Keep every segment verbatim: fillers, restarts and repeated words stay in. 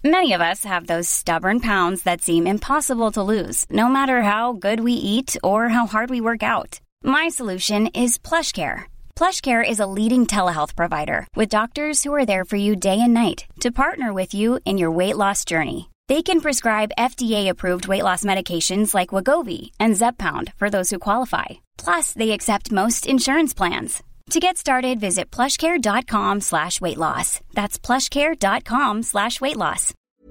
Many of us have those stubborn pounds that seem impossible to lose, no matter how good we eat or how hard we work out. My solution is PlushCare. PlushCare is a leading telehealth provider with doctors who are there for you day and night to partner with you in your weight loss journey. They can prescribe F D A-approved weight loss medications like Wegovy and Zepbound for those who qualify. Plus, they accept most insurance plans. To get started, visit plushcare.com slash weight loss. That's plushcare.com slash weight loss.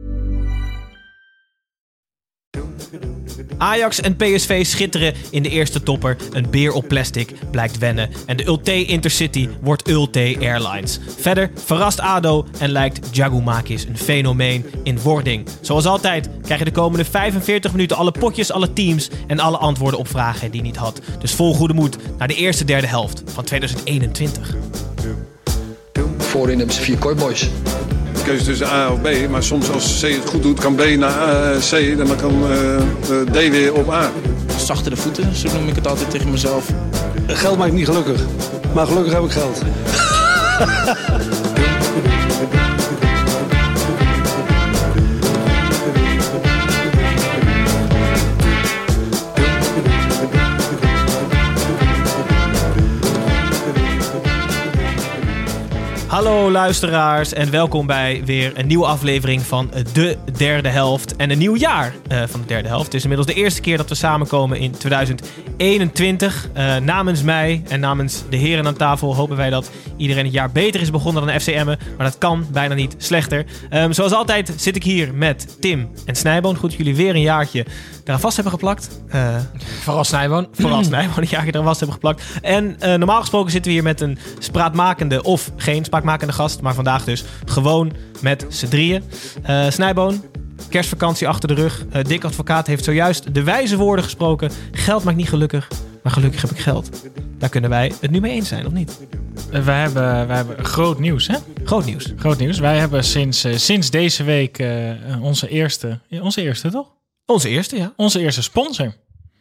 Ajax en P S V schitteren in de eerste topper. Een beer op plastic blijkt wennen. En de Ulte Intercity wordt Ulte Airlines. Verder verrast A D O en lijkt Giakoumakis een fenomeen in wording. Zoals altijd krijg je de komende vijfenveertig minuten alle potjes, alle teams en alle antwoorden op vragen die je niet had. Dus vol goede moed naar de eerste derde helft van tweeduizend eenentwintig. Voorin hebben ze vier kooiboys. Keuze tussen A of B, maar soms als C het goed doet, kan B naar uh, C en dan kan uh, D weer op A. Zachter de voeten, zo noem ik het altijd tegen mezelf. Geld maakt niet gelukkig, maar gelukkig heb ik geld. Hallo luisteraars en welkom bij weer een nieuwe aflevering van de derde helft en een nieuw jaar uh, van de derde helft. Het is inmiddels de eerste keer dat we samenkomen in tweeduizend eenentwintig. Uh, namens mij en namens de heren aan tafel hopen wij dat iedereen het jaar beter is begonnen dan F C Emmen, maar dat kan bijna niet slechter. Um, zoals altijd zit ik hier met Tim en Snijboon. Goed dat jullie weer een jaartje eraan vast hebben geplakt. Uh, Vooral Snijboon. Vooral Snijboon een jaartje eraan vast hebben geplakt. En uh, normaal gesproken zitten we hier met een spraakmakende of geen spraakmakende gast, maar vandaag dus gewoon met z'n drieën. Uh, Snijboon, kerstvakantie achter de rug. Uh, Dick Advocaat heeft zojuist de wijze woorden gesproken. Geld maakt niet gelukkig, maar gelukkig heb ik geld. Daar kunnen wij het nu mee eens zijn, of niet? Wij hebben, wij hebben groot nieuws, hè? Groot nieuws. Groot nieuws. Wij hebben sinds, uh, sinds deze week uh, onze eerste... Onze eerste, toch? Onze eerste, ja. Onze eerste sponsor.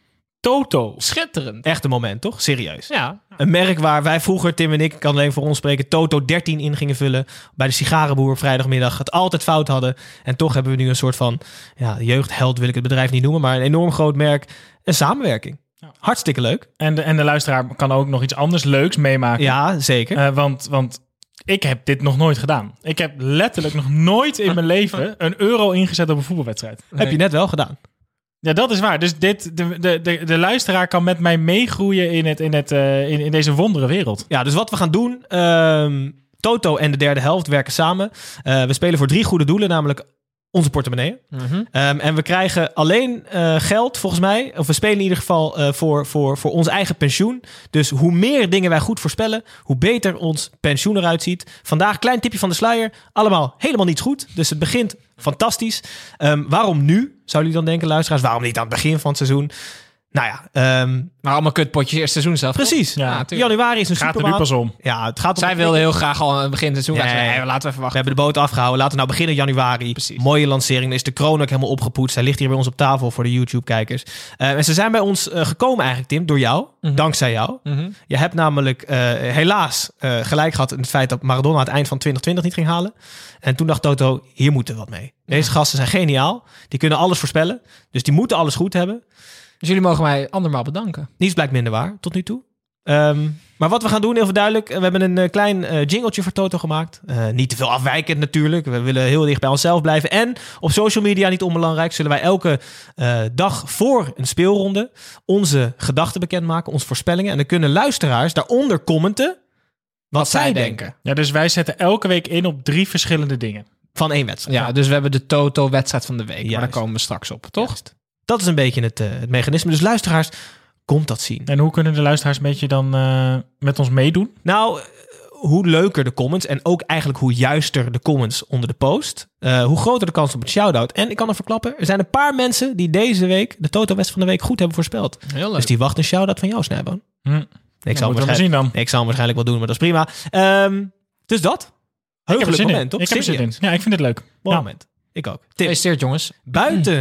Toto. Schitterend. Echt een moment, toch? Serieus. Ja. Een merk waar wij vroeger, Tim en ik, kan alleen voor ons spreken, Toto dertien in gingen vullen. Bij de sigarenboer op vrijdagmiddag. Het altijd fout hadden. En toch hebben we nu een soort van ja, jeugdheld, wil ik het bedrijf niet noemen, maar een enorm groot merk. Een samenwerking. Ja. Hartstikke leuk. En de, en de luisteraar kan ook nog iets anders leuks meemaken. Ja, zeker. Uh, want... want ik heb dit nog nooit gedaan. Ik heb letterlijk nog nooit in mijn leven een euro ingezet op een voetbalwedstrijd. Nee. Heb je net wel gedaan. Ja, dat is waar. Dus dit, de, de, de, de luisteraar kan met mij meegroeien in, het, in, het, uh, in, in deze wondere wereld. Ja, dus wat we gaan doen... Um, Toto en de derde helft werken samen. Uh, we spelen voor drie goede doelen, namelijk onze portemonnee. Mm-hmm. Um, en we krijgen alleen uh, geld, volgens mij. Of we spelen in ieder geval uh, voor, voor, voor ons eigen pensioen. Dus hoe meer dingen wij goed voorspellen, hoe beter ons pensioen eruit ziet. Vandaag, klein tipje van de sluier. Allemaal helemaal niet goed. Dus het begint fantastisch. Um, waarom nu, zouden jullie dan denken, luisteraars? Waarom niet aan het begin van het seizoen? Nou ja, um, maar allemaal kutpotjes eerste seizoen zelf. Precies. Ja, ja, januari is een gaat supermaand. Er nu pas om. Ja, het gaat om. Zij wilden heel graag al aan het begin van het seizoen. Nee, nee, laten we even wachten. We hebben de boot afgehouden. Laten we nou beginnen januari. Precies. Mooie lancering. Dan is de kroon ook helemaal opgepoetst. Hij ligt hier bij ons op tafel voor de YouTube-kijkers. Uh, en ze zijn bij ons uh, gekomen eigenlijk, Tim, door jou. Mm-hmm. Dankzij jou. Mm-hmm. Je hebt namelijk uh, helaas uh, gelijk gehad in het feit dat Maradona aan het eind van twintig twintig niet ging halen. En toen dacht Toto, hier moeten we wat mee. Deze ja. gasten zijn geniaal. Die kunnen alles voorspellen. Dus die moeten alles goed hebben. Dus jullie mogen mij andermaal bedanken. Niets blijkt minder waar, tot nu toe. Um, maar wat we gaan doen, heel duidelijk. We hebben een uh, klein uh, jingletje voor Toto gemaakt. Uh, niet te veel afwijkend natuurlijk. We willen heel dicht bij onszelf blijven. En op social media, niet onbelangrijk, zullen wij elke uh, dag voor een speelronde onze gedachten bekendmaken, onze voorspellingen. En dan kunnen luisteraars daaronder commenten wat, wat zij denken. denken. Ja, dus wij zetten elke week in op drie verschillende dingen. Van één wedstrijd. Ja, dus we hebben de Toto-wedstrijd van de week. Juist. Maar daar komen we straks op, toch? Juist. Dat is een beetje het, uh, het mechanisme. Dus luisteraars, komt dat zien. En hoe kunnen de luisteraars een beetje dan uh, met ons meedoen? Nou, hoe leuker de comments en ook eigenlijk hoe juister de comments onder de post, uh, hoe groter de kans op een shout-out. En ik kan er verklappen, er zijn een paar mensen die deze week de Toto-wedstrijd van de week goed hebben voorspeld. Heel leuk. Dus die wachten een shout-out van jou, Snijboon. Hm. Ik, zal hem zien dan. ik zal hem waarschijnlijk wel doen, maar dat is prima. Um, dus dat. Heugelijk moment, toch? Ik heb er zin in. Ja, ik vind dit leuk. Mooi ja. moment. Ik ook. Tim. Gefeliciteerd, jongens. Buiten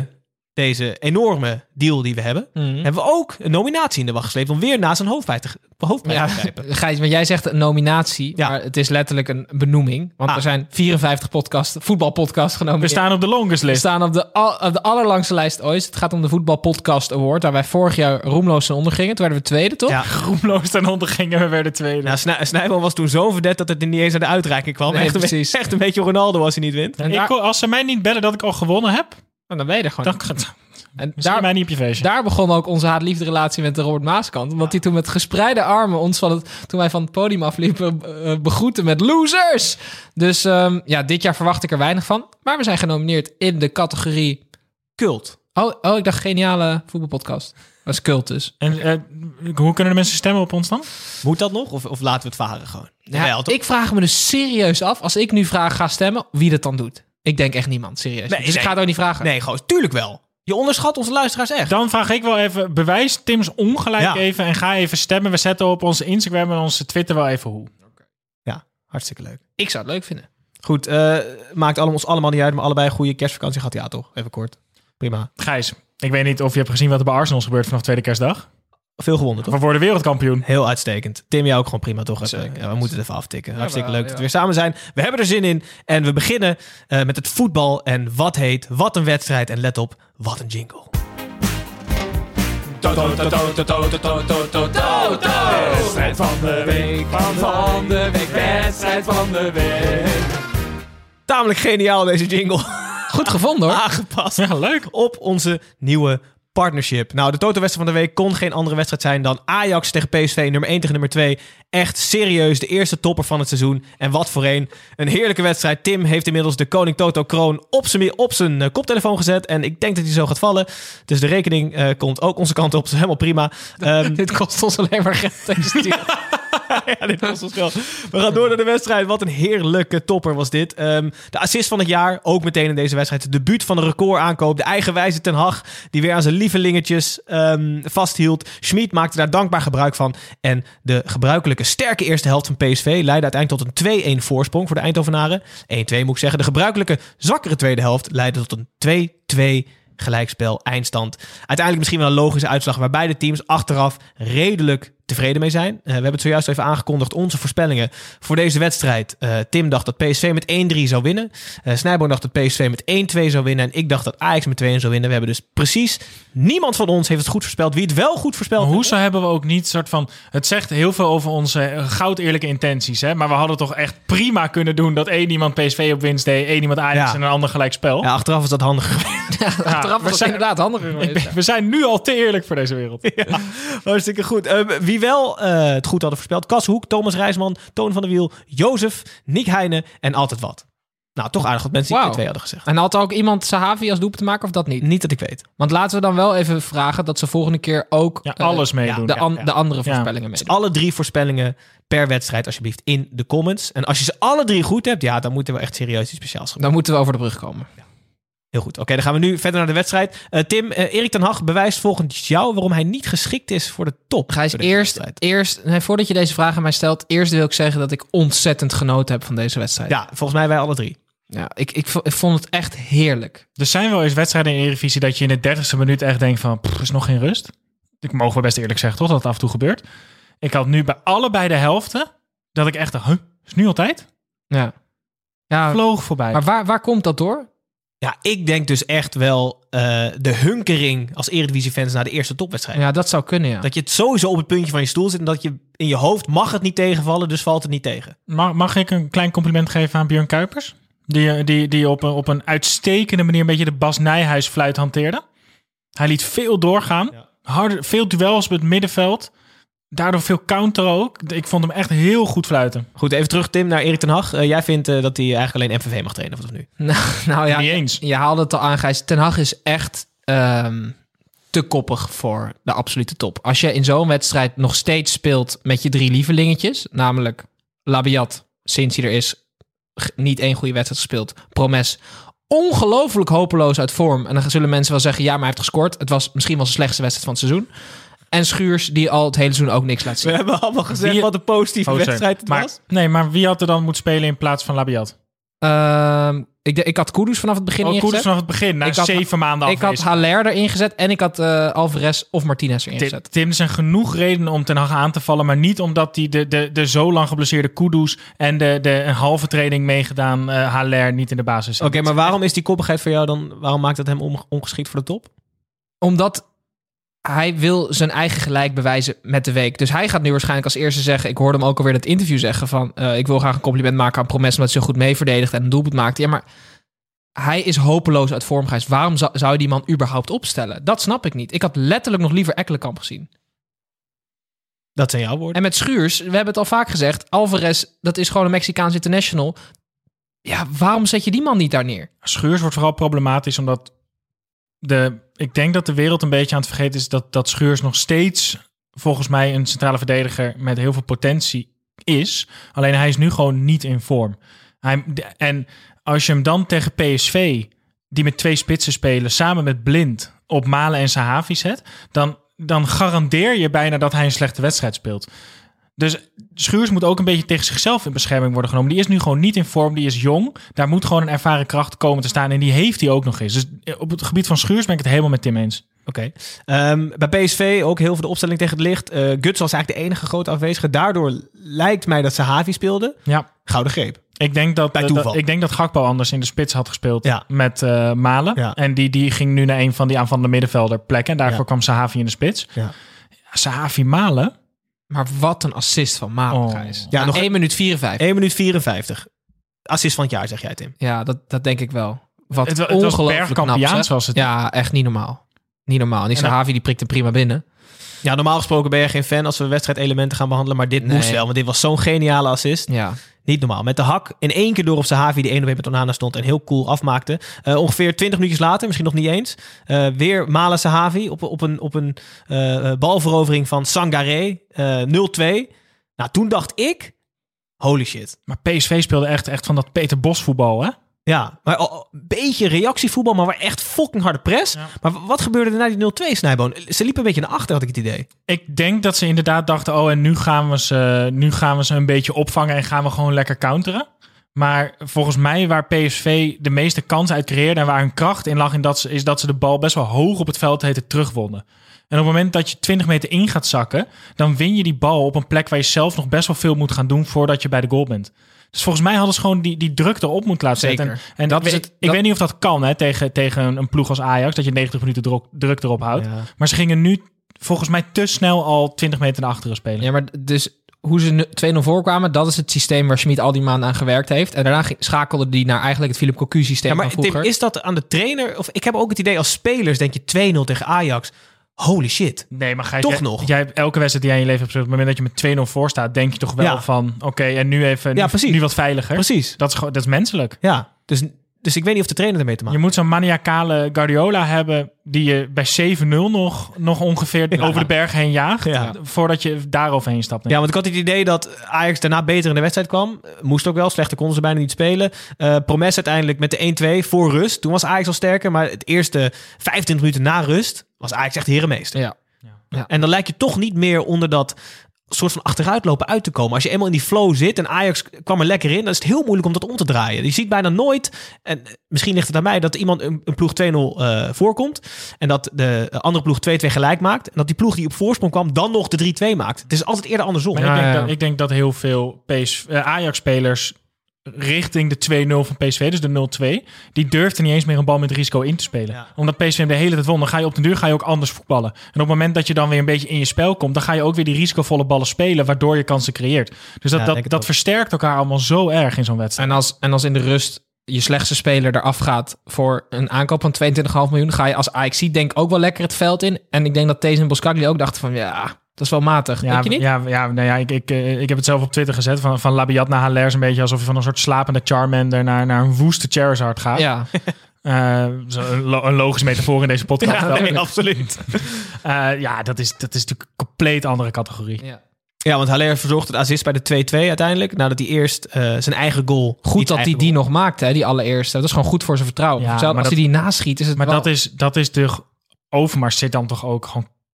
deze enorme deal die we hebben, Mhm. hebben we ook een nominatie in de wacht gesleept om weer naast een hoofdprijs te, hoofdprijs Ja, te grijpen. Gijs, maar jij zegt een nominatie, Ja. maar het is letterlijk een benoeming. Want Ah. er zijn vierenvijftig podcasts, voetbalpodcasts We genomineerd. staan op de longest We list. staan op de, al- op de allerlangste lijst ooit. Het gaat om de Voetbal Podcast Award, waar wij vorig jaar roemloos zijn ondergingen. Toen werden we tweede, toch? Ja. Groenloos ten onder gingen we weer de tweede. Nou, Snij- Snijboom was toen zo verdet dat het er niet eens aan de uitreiking kwam. Nee, echt, een, precies. echt een beetje Ronaldo als hij niet wint. En Ik daar, kon- als ze mij niet bellen dat ik al gewonnen heb, en dan ben je er gewoon. dan kan En zie je daar, mij niet op je feestje. daar begon ook onze haat-liefde relatie met de Robert Maaskant. Omdat hij toen met gespreide armen ons van het, toen wij van het podium afliepen, uh, begroette met losers. Dus um, ja, dit jaar verwacht ik er weinig van. Maar we zijn genomineerd in de categorie... Cult. Oh, oh ik dacht geniale voetbalpodcast. Dat is cult dus. En uh, hoe kunnen de mensen stemmen op ons dan? Moet dat nog? Of, of laten we het varen gewoon? Ja, Jawel, toch? ik vraag me dus serieus af, als ik nu vraag ga stemmen, wie dat dan doet. Ik denk echt niemand, serieus. Nee, dus ik nee. ga het ook niet vragen. Nee, gewoon, tuurlijk wel. Je onderschat onze luisteraars echt. Dan vraag ik wel even, bewijs Tim's ongelijk Ja. even en ga even stemmen. We zetten op onze Instagram en onze Twitter wel even hoe. Ja, hartstikke leuk. Ik zou het leuk vinden. Goed, uh, maakt allemaal, ons allemaal niet uit, maar allebei een goede kerstvakantie gehad. Ja, toch? Even kort. Prima. Gijs, ik weet niet of je hebt gezien wat er bij Arsenal is gebeurd vanaf tweede kerstdag. Veel gewonnen, toch? We worden wereldkampioen. Heel uitstekend. Tim, jij ook gewoon prima, toch? Even, Zeker. ja, we moeten het even aftikken. Hartstikke wel, leuk dat ja. we weer samen zijn. We hebben er zin in. En we beginnen uh, met het voetbal. En wat heet, wat een wedstrijd. En let op, wat een jingle. Wedstrijd van de week, van de week, wedstrijd van de week. Tamelijk geniaal deze jingle. Goed gevonden hoor. Aangepast Ja, leuk. op onze nieuwe partnership. Nou, de Toto-wedstrijd van de week kon geen andere wedstrijd zijn dan Ajax tegen P S V, nummer één tegen nummer twee. Echt serieus, de eerste topper van het seizoen. En wat voor een. Een heerlijke wedstrijd. Tim heeft inmiddels de Koning Toto-kroon op zijn, op zijn uh, koptelefoon gezet. En ik denk dat hij zo gaat vallen. Dus de rekening uh, komt ook onze kant op. Dat is helemaal prima. Um, Dit kost ons alleen maar geld. Deze deal. ja, dit was ons wel. We gaan door naar de wedstrijd. Wat een heerlijke topper was dit. Um, de assist van het jaar, ook meteen in deze wedstrijd. Het debuut van de record aankoop. De eigenwijze Ten Hag, die weer aan zijn lievelingetjes um, vasthield. Schmid maakte daar dankbaar gebruik van. En de gebruikelijke sterke eerste helft van P S V leidde uiteindelijk tot een twee-een voorsprong voor de Eindhovenaren. één-twee moet ik zeggen. De gebruikelijke zwakkere tweede helft leidde tot een twee-twee gelijkspel, eindstand. Uiteindelijk misschien wel een logische uitslag waar beide teams achteraf redelijk tevreden mee zijn. Uh, we hebben het zojuist even aangekondigd, onze voorspellingen voor deze wedstrijd. Uh, Tim dacht dat P S V met één-drie zou winnen. Uh, Snijboom dacht dat P S V met één-twee zou winnen. En ik dacht dat Ajax met twee-een zou winnen. We hebben dus precies, niemand van ons heeft het goed voorspeld. Wie het wel goed voorspeld Maar heeft. hoezo hebben we ook niet soort van... Het zegt heel veel over onze eh, goud eerlijke intenties, hè? Maar we hadden toch echt prima kunnen doen dat één iemand P S V op winst deed, één iemand Ajax Ja. en een ander gelijk spel. Ja, achteraf is dat handig. Achteraf we was het zijn- inderdaad handiger Ik geweest. ben- we zijn nu al te eerlijk voor deze wereld. Ja, hartstikke goed. Uh, wie wel uh, het goed hadden voorspeld. Cas Hoek, Thomas Rijsman, Toon van der Wiel, Jozef, Nick Heijnen en Altijd Wat. Nou, toch aardig wat mensen die Wauw. twee hadden gezegd. En had ook iemand Sahavi als doelpunt te maken of dat niet? Niet dat ik weet. Want laten we dan wel even vragen dat ze volgende keer ook Ja, eh, alles meedoen. de, Ja, an- ja. de andere Ja. voorspellingen Dus meedoen. alle drie voorspellingen per wedstrijd alsjeblieft in de comments. En als je ze alle drie goed hebt, ja, dan moeten we echt serieus iets speciaals gaan doen. Dan moeten we over de brug komen. Heel goed. Oké, okay, dan gaan we nu verder naar de wedstrijd. Uh, Tim, uh, Erik ten Hag bewijst volgens jou waarom hij niet geschikt is voor de top. Gijs, voor deze eerst, wedstrijd. eerst nee, voordat je deze vraag aan mij stelt, eerst wil ik zeggen dat ik ontzettend genoten heb van deze wedstrijd. Ja, volgens mij wij alle drie. Ja, ik, ik, vo- ik vond het echt heerlijk. Er zijn wel eens wedstrijden in de Eredivisie dat je in de dertigste minuut echt denkt van, pff, is nog geen rust. Ik mogen we best eerlijk zeggen, toch, dat het af en toe gebeurt. Ik had nu bij allebei de helften dat ik echt dacht, huh, is nu altijd? Ja. Ja, Vloog voorbij. maar waar, waar komt dat door? Ja, ik denk dus echt wel uh, de hunkering als Eredivisie-fans naar de eerste topwedstrijd. Ja, dat zou kunnen, ja. Dat je het sowieso op het puntje van je stoel zit en dat je in je hoofd mag het niet tegenvallen, dus valt het niet tegen. Mag, mag ik een klein compliment geven aan Björn Kuipers? Die, die, die op, een, op een uitstekende manier een beetje de Bas Nijhuis fluit hanteerde. Hij liet veel doorgaan. Ja. Harde, veel duels op het middenveld. Daardoor veel counter ook. Ik vond hem echt heel goed fluiten. Goed, even terug Tim naar Erik ten Hag. Uh, jij vindt uh, dat hij eigenlijk alleen M V V mag trainen vanaf nu? Nou, nou ja, Niet eens. je haalde het al aan, Gijs. Ten Hag is echt um, te koppig voor de absolute top. Als je in zo'n wedstrijd nog steeds speelt met je drie lievelingetjes, namelijk Labiat, sinds hij er is, g- niet één goede wedstrijd gespeeld. Promes, ongelooflijk hopeloos uit vorm. En dan zullen mensen wel zeggen, ja, maar hij heeft gescoord. Het was misschien wel zijn slechtste wedstrijd van het seizoen. En Schuurs, die al het hele seizoen ook niks laat zien. We hebben allemaal gezegd Wie- wat een positieve Oh, sorry. wedstrijd het maar, was. Nee, maar wie had er dan moeten spelen in plaats van Labiat? Ehm, Ik, ik had Kudus vanaf het begin Oh, ingezet. Kudus vanaf het begin, na Ik had- zeven maanden Ik had afwezig. Haller erin gezet en ik had uh, Alvarez of Martinez erin Tim, gezet. Tim, er zijn genoeg redenen om Ten Hag aan te vallen, maar niet omdat hij de, de, de zo lang geblesseerde Kudus en de, de een halve training meegedaan uh, Haller niet in de basis zet. Oké, maar waarom is die koppigheid voor jou dan... Waarom maakt het hem on- ongeschikt voor de top? Omdat hij wil zijn eigen gelijk bewijzen met de week. Dus hij gaat nu waarschijnlijk als eerste zeggen... Ik hoorde hem ook alweer in het interview zeggen van... Uh, ik wil graag een compliment maken aan Promes omdat hij zo goed mee verdedigt en een doelpunt maakt. Ja, maar hij is hopeloos uit vorm geweest. Waarom zou, zou je die man überhaupt opstellen? Dat snap ik niet. Ik had letterlijk nog liever Ekkelenkamp gezien. Dat zijn jouw woorden. En met Schuurs, we hebben het al vaak gezegd... Alvarez, dat is gewoon een Mexicaans international. Ja, waarom zet je die man niet daar neer? Schuurs wordt vooral problematisch omdat de, ik denk dat de wereld een beetje aan het vergeten is dat, dat Schuurs nog steeds volgens mij een centrale verdediger met heel veel potentie is. Alleen hij is nu gewoon niet in vorm. Hij, en als je hem dan tegen P S V, die met twee spitsen spelen, samen met Blind op Malen en Sahavi zet, dan, dan garandeer je bijna dat hij een slechte wedstrijd speelt. Dus Schuurs moet ook een beetje tegen zichzelf in bescherming worden genomen. Die is nu gewoon niet in vorm, die is jong. Daar moet gewoon een ervaren kracht komen te staan. En die heeft hij ook nog eens. Dus op het gebied van Schuurs ben ik het helemaal met Tim eens. Oké. Okay. Um, bij P S V ook heel veel de opstelling tegen het licht. Uh, Guts was eigenlijk de enige grote afwezige. Daardoor lijkt mij dat Sahavi speelde. Ja. Gouden greep. Ik denk dat, Bij uh, toeval. dat, ik denk dat Gakpo anders in de spits had gespeeld ja. met uh, Malen. Ja. En die, die ging nu naar een van die aanvallende middenvelder plekken. En daarvoor ja. kwam Sahavi in de spits. Ja. Sahavi Malen. Maar wat een assist van Malen, Oh. Gijs. Ja, Ja, nog één minuut vierenvijftig. één minuut vierenvijftig. Assist van het jaar, zeg jij, Tim. Ja, dat, dat denk ik wel. Wat Het, het was ongelooflijk Bergkampiaans, knap, hè? zoals het... Ja, echt niet normaal. Niet normaal. En die En dan- Sahavi die prikt hem prima binnen. Ja, normaal gesproken ben je geen fan als we wedstrijdelementen gaan behandelen. Maar dit Nee. moest wel, want dit was zo'n geniale assist. Ja. Niet normaal. Met de hak in één keer door op Sahavi, die één op één met Onana stond en heel cool afmaakte. Uh, ongeveer twintig minuutjes later, misschien nog niet eens, uh, weer Malen Sahavi op, op een, op een uh, balverovering van Sangaré, uh, nul twee. Nou, toen dacht ik, holy shit. Maar P S V speelde echt, echt van dat Peter Bos voetbal, hè? Ja, maar oh, oh, een beetje reactievoetbal, maar echt fucking harde press. Ja. Maar w- wat gebeurde er na die nul twee, Snijboon? Ze liepen een beetje naar achter, had ik het idee. Ik denk dat ze inderdaad dachten, oh, en nu gaan we ze, nu gaan we ze een beetje opvangen en gaan we gewoon lekker counteren. Maar volgens mij waar P S V de meeste kansen uit creëerde en waar hun kracht in lag, in dat ze, is dat ze de bal best wel hoog op het veld heten terugwonnen. En op het moment dat je twintig meter in gaat zakken, dan win je die bal op een plek waar je zelf nog best wel veel moet gaan doen voordat je bij de goal bent. Dus volgens mij hadden ze gewoon die, die druk erop moeten laten Zeker. zetten. En, en Dat ik, is weet, het- ik dat- weet niet of dat kan hè, tegen, tegen een, een ploeg als Ajax, dat je negentig minuten druk, druk erop houdt. Ja. Maar ze gingen nu volgens mij te snel al twintig meter naar achteren spelen. Ja, maar dus hoe ze nu twee nul voorkwamen, dat is het systeem waar Schmid al die maanden aan gewerkt heeft. En daarna ging- schakelde die naar eigenlijk het Philippe Cocu systeem Ja, maar van vroeger. Tim, is dat aan de trainer? Of ik heb ook het idee als spelers, denk je twee nul tegen Ajax. Holy shit. Nee, maar Gijs, Toch jij, nog? jij hebt elke wedstrijd die jij in je leven hebt gespeeld, op het moment dat je met twee nul voor staat, denk je toch wel Ja. van, oké, en nu even, Ja, nu, precies. nu wat veiliger. Precies. Dat is, gewoon- dat is menselijk. Ja, dus, dus ik weet niet of de trainer ermee te maken Je moet zo'n maniacale Guardiola hebben die je bij zeven nul nog, nog ongeveer Ja. over de berg heen jaagt, Ja. voordat je daaroverheen stapt. Ja, want ik had het idee dat Ajax daarna beter in de wedstrijd kwam. Uh, Moest ook wel, slechter konden ze bijna niet spelen. Uh, Promes uiteindelijk met de één twee voor rust. Toen was Ajax al sterker, maar het eerste vijfentwintig minuten na rust was Ajax echt herenmeester. Ja. En dan lijkt je toch niet meer onder dat soort van achteruitlopen uit te komen. Als je eenmaal in die flow zit en Ajax kwam er lekker in, dan is het heel moeilijk om dat om te draaien. Je ziet bijna nooit, en misschien ligt het aan mij, dat iemand een, een ploeg twee nul uh, voorkomt en dat de andere ploeg twee twee gelijk maakt en dat die ploeg die op voorsprong kwam dan nog de drie twee maakt. Het is altijd eerder andersom. Maar Ja, ik, denk ja. dat, ik denk dat heel veel P S V, eh, Ajax-spelers richting de twee nul van P S V, dus de nul twee, die durfden niet eens meer een bal met risico in te spelen. Ja. Omdat P S V hem de hele tijd won, dan ga je op den duur ga je ook anders voetballen. En op het moment dat je dan weer een beetje in je spel komt, dan ga je ook weer die risicovolle ballen spelen, waardoor je kansen creëert. Dus dat, Ja, denk dat, het dat ook. versterkt elkaar allemaal zo erg in zo'n wedstrijd. En als, en als in de rust je slechtste speler eraf gaat voor een aankoop van tweeëntwintig komma vijf miljoen, ga je als Ajax denk ik ook wel lekker het veld in. En ik denk dat Thees en Boskagli ook dachten van, ja, dat is wel matig. Ja, Denk je niet? ja, ja, nou ja ik, ik, eh, ik heb het zelf op Twitter gezet. Van, van Labiat naar Haller is een beetje alsof je van een soort slapende Charmander naar, naar een woeste Charizard gaat. Ja. Eh, zo een, lo- een logische metafoor in deze podcast. Ja, wel. nee, absoluut. Eh, ja, dat is, dat is natuurlijk een compleet andere categorie. Ja. Ja, want Haller verzorgt het assist bij de twee twee uiteindelijk. Nadat hij eerst uh, zijn eigen goal... Goed dat hij die nog maakte, hè, die allereerste. Dat is gewoon goed voor zijn vertrouwen. Ja, Zelfs maar als dat- hij die naschiet, is het Maar wel... dat is, dat is de... Overmars zit dan toch ook gewoon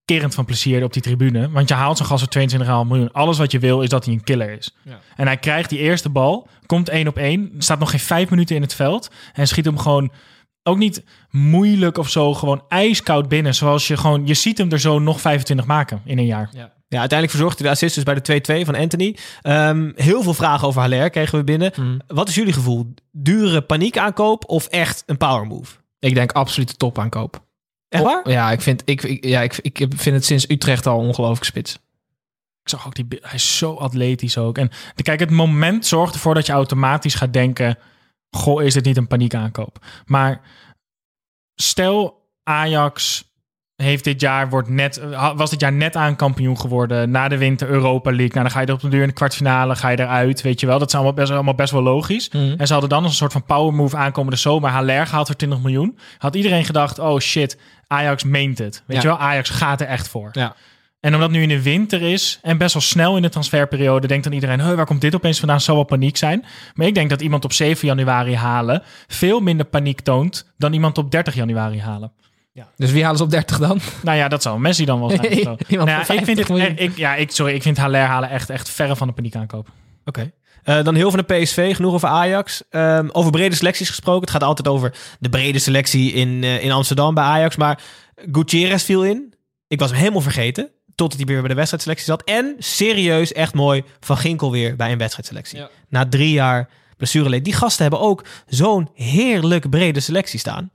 kerend van plezier op die tribune. Want je haalt zo'n gast voor tweeëntwintig komma vijf miljoen. Alles wat je wil is dat hij een killer is. Ja. En hij krijgt die eerste bal, komt één op één, staat nog geen vijf minuten in het veld en schiet hem gewoon ook niet moeilijk of zo, gewoon ijskoud binnen. Zoals je gewoon, je ziet hem er zo nog vijfentwintig maken in een jaar. Ja. Ja, uiteindelijk verzorgde de assist dus bij de twee-twee van Anthony. Um, heel veel vragen over Haller kregen we binnen. Mm. Wat is jullie gevoel? Dure paniekaankoop of echt een power move? Ik denk absoluut de topaankoop. Echt waar? Oh, ja, ik vind, ik, ik, ja ik, ik vind het sinds Utrecht al ongelooflijk spits. Ik zag ook die, hij is zo atletisch ook. En kijk, het moment zorgt ervoor dat je automatisch gaat denken, goh, is dit niet een paniekaankoop? Maar stel Ajax heeft dit jaar wordt net was dit jaar net aan kampioen geworden, na de winter Europa League. Nou, dan ga je er op de duur in de kwartfinale, ga je eruit, weet je wel. Dat is allemaal best, allemaal best wel logisch. Mm. En ze hadden dan als een soort van power move aankomende zomer Haller gehaald voor twintig miljoen. Had iedereen gedacht, oh shit, Ajax meent het. Weet ja. je wel, Ajax gaat er echt voor. Ja. En omdat nu in de winter is en best wel snel in de transferperiode, denkt dan iedereen, hey, waar komt dit opeens vandaan? Zal wel paniek zijn. Maar ik denk dat iemand op zeven januari halen veel minder paniek toont dan iemand op dertig januari halen. Ja. Dus wie halen ze op dertig dan? Nou ja, dat zal Messi dan wel zijn. Zo. nou ja, ik vind het, ik, ja, ik, sorry, ik vind Haller halen echt, echt verre van de paniek aankoop. Oké. Okay. Uh, dan heel van de P S V, genoeg over Ajax. Um, over brede selecties gesproken. Het gaat altijd over de brede selectie in, uh, in Amsterdam bij Ajax. Maar Gutierrez viel in. Ik was hem helemaal vergeten. Totdat hij weer bij de wedstrijdselectie zat. En serieus, echt mooi, Van Ginkel weer bij een wedstrijdselectie. Ja. Na drie jaar blessureleed. Die gasten hebben ook zo'n heerlijk brede selectie staan.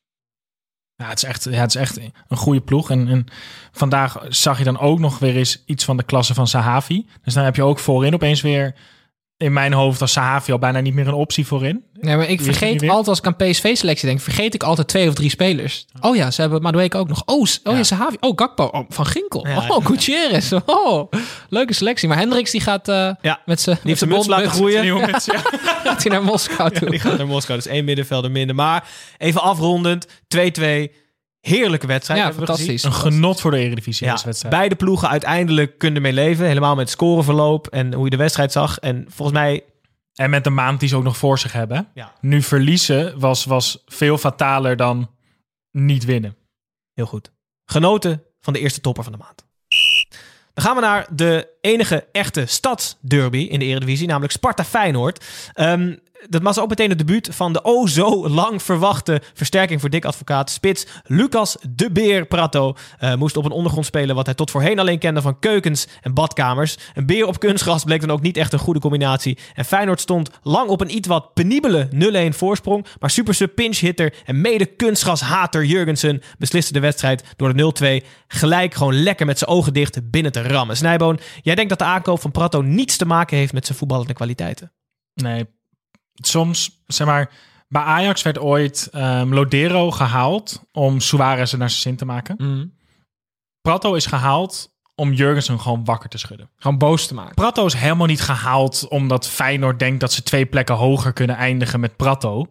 Ja, het is echt, ja, het is echt een goede ploeg. En, en vandaag zag je dan ook nog weer eens iets van de klasse van Sahavi. Dus dan heb je ook voorin opeens weer, in mijn hoofd als Sahavi al bijna niet meer een optie voorin. Ja, maar ik Wie vergeet altijd, als ik aan P S V-selectie denk, vergeet ik altijd twee of drie spelers. Oh ja, ze hebben Madueke ook nog. Oh, oh ja, ja Sahavi. Oh, Gakpo. Oh, Van Ginkel. Ja, oh, Gutierrez. Oh, leuke selectie. Maar Hendricks die gaat uh, ja. met zijn muts laten groeien. Ja. Muts, ja. Gaat hij naar Moskou toe. Ja, die gaat naar Moskou. Dus één middenvelder minder. Maar even afrondend. twee-twee. Heerlijke wedstrijd. Ja, fantastisch. Een genot voor de Eredivisie. Ja, beide ploegen uiteindelijk kunnen ermee leven. Helemaal met scoreverloop en hoe je de wedstrijd zag. En volgens mij... En met de maand die ze ook nog voor zich hebben. Ja. Nu verliezen was, was veel fataler dan niet winnen. Heel goed. Genoten van de eerste topper van de maand. Dan gaan we naar de enige echte stadsderby in de Eredivisie. Namelijk Sparta-Feyenoord. Um, Dat was ook meteen het debuut van de oh zo lang verwachte versterking voor Dick Advocaat. Spits Lucas de Beer Pratto uh, moest op een ondergrond spelen wat hij tot voorheen alleen kende van keukens en badkamers. Een beer op kunstgras bleek dan ook niet echt een goede combinatie. En Feyenoord stond lang op een iets wat penibele nul-een voorsprong. Maar supersub pinchhitter en mede kunstgrashater Jurgensen besliste de wedstrijd door de nul-twee gelijk gewoon lekker met zijn ogen dicht binnen te rammen. Snijboon, jij denkt dat de aankoop van Pratto niets te maken heeft met zijn voetballende kwaliteiten? Nee, soms, zeg maar, bij Ajax werd ooit um, Lodero gehaald om Suarez er naar zijn zin te maken. Mm. Pratto is gehaald om Jurgensen gewoon wakker te schudden. Gewoon boos te maken. Pratto is helemaal niet gehaald omdat Feyenoord denkt dat ze twee plekken hoger kunnen eindigen met Pratto.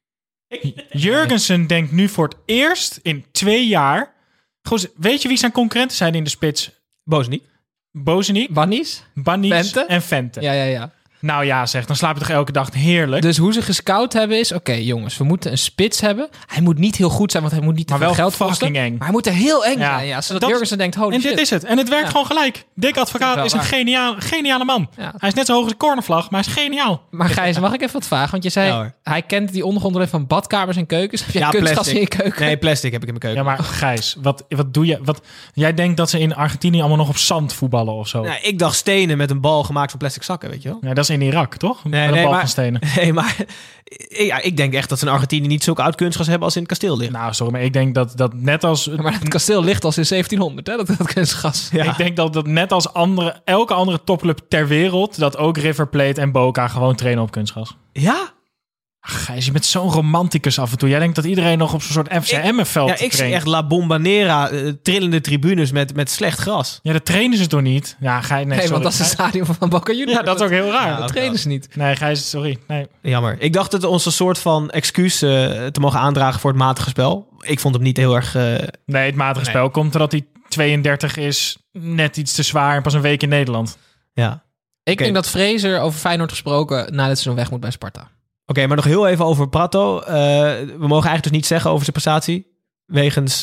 Jurgensen denkt nu voor het eerst in twee jaar... Goed, weet je wie zijn concurrenten zijn in de spits? Bozeniek. Bozeniek. Bannies. Bannies Vente. en Vente. Ja, ja, ja. Nou ja, zeg, dan slaap je toch elke dag heerlijk. Dus hoe ze gescout hebben is... Oké, okay, jongens, we moeten een spits hebben. Hij moet niet heel goed zijn, want hij moet niet te maar veel wel geld kosten. eng. Maar hij moet er heel eng ja. zijn. Ja, zodat dat Jurgensen denkt, holy en shit. dit is het. En het werkt ja. gewoon gelijk. Dick Advocaat is een geniaal, geniale man. Ja. Hij is net zo hoog als de cornervlag, maar hij is geniaal. Maar Gijs, mag ik even wat vragen? Want je zei, ja, hij kent die ondergrond van badkamers en keukens. Heb jij ja, kunstgas in je keuken? Nee, plastic heb ik in mijn keuken. Ja, maar Gijs, wat, wat doe je? Wat, jij denkt dat ze in Argentinië allemaal nog op zand voetballen of zo? Nou, ik dacht stenen met een bal gemaakt van plastic zakken, weet je wel? Ja, dat is in Irak, toch? Nee, nee, maar, nee, maar ja, ik denk echt dat ze in Argentinië niet zulke oud kunstgras hebben als in het kasteel ligt. Nou, sorry, maar ik denk dat, dat net als... Ja, maar het kasteel ligt als in zeventienhonderd, hè, dat, dat kunstgras. Ja. Ik denk dat dat net als andere, elke andere topclub ter wereld, dat ook River Plate en Boca gewoon trainen op kunstgras. Ja? Ach, Gijs, je bent zo'n romanticus af en toe. Jij denkt dat iedereen nog op zo'n soort F C M-veld traint. Ja, ik zie echt La Bombonera, uh, trillende tribunes met, met slecht gras. Ja, dat trainen ze toch niet? Ja, Gijs, nee, nee want dat is het stadion van Boca Juniors. Ja, dat is ook heel raar. Ja, dat trainen ze niet. Nee, Gijs, sorry. Nee. Jammer. Ik dacht het ons een soort van excuus uh, te mogen aandragen voor het matige spel. Ik vond hem niet heel erg... Uh... Nee, het matige nee. spel komt doordat hij tweeëndertig is, net iets te zwaar en pas een week in Nederland. Ja. Ik okay. denk dat Fraser over Feyenoord gesproken na dit seizoen weg moet bij Sparta. Oké, okay, maar nog heel even over Pratto. Uh, we mogen eigenlijk dus niet zeggen over zijn prestatie. Wegens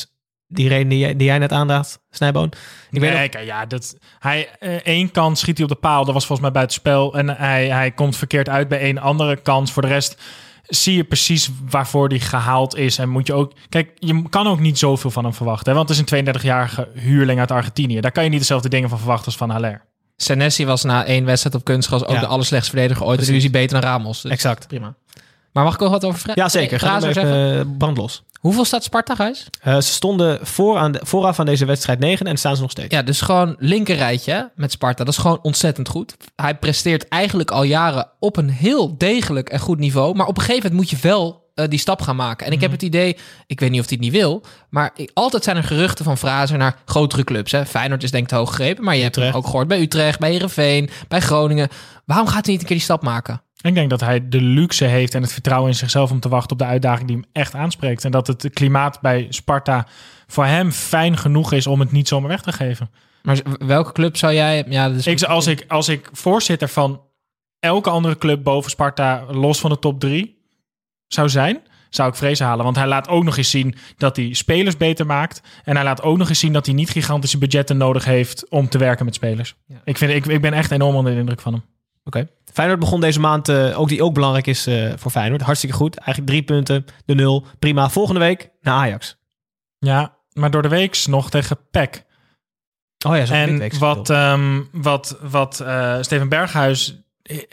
die reden die jij, die jij net aandraagt, Snijboon. Ik nee, weet nog, kijk, ja, dat, hij, uh, één kans schiet hij op de paal. Dat was volgens mij buitenspel. En hij, hij komt verkeerd uit bij één andere kans. Voor de rest zie je precies waarvoor die gehaald is. En moet je ook... Kijk, je kan ook niet zoveel van hem verwachten. Hè? Want het is een tweeëndertigjarige huurling uit Argentinië. Daar kan je niet dezelfde dingen van verwachten als van Haller. Senesi was na één wedstrijd op kunstgras ook Ja. de allerslechtste verdediger ooit. Dus nu is hij beter dan Ramos. Dus exact. prima. Maar mag ik ook wat over vragen? Ja, zeker. Ga Grazer hem zeggen? even uh, brandlos. Hoeveel staat Sparta, Gijs? Uh, ze stonden voor aan de, vooraf aan deze wedstrijd negen en staan ze nog steeds. Ja, dus gewoon linkerrijtje hè, met Sparta. Dat is gewoon ontzettend goed. Hij presteert eigenlijk al jaren op een heel degelijk en goed niveau. Maar op een gegeven moment moet je wel uh, die stap gaan maken. En ik heb het idee, ik weet niet of hij het niet wil, maar ik, altijd zijn er geruchten van Fraser naar grotere clubs. Hè. Feyenoord is denk ik te hoog gegrepen, maar je hebt Utrecht. hem ook gehoord bij Utrecht, bij Heerenveen, bij Groningen. Waarom gaat hij niet een keer die stap maken? Ik denk dat hij de luxe heeft en het vertrouwen in zichzelf om te wachten op de uitdaging die hem echt aanspreekt. En dat het klimaat bij Sparta voor hem fijn genoeg is om het niet zomaar weg te geven. Maar welke club zou jij... Ja, dat is Ik, als, ik, als ik voorzitter van elke andere club boven Sparta, los van de top drie, zou zijn, zou ik Vrezen halen. Want hij laat ook nog eens zien dat hij spelers beter maakt. En hij laat ook nog eens zien dat hij niet gigantische budgetten nodig heeft om te werken met spelers. Ja. Ik, vind, ik, ik ben echt enorm onder de indruk van hem. Oké. Okay. Feyenoord begon deze maand, uh, ook die ook belangrijk is uh, voor Feyenoord. Hartstikke goed. Eigenlijk drie punten, de nul. Prima. Volgende week naar Ajax. Ja, maar door de week nog tegen P E C. Oh ja, zo En wat, um, wat, wat uh, Steven Berghuis...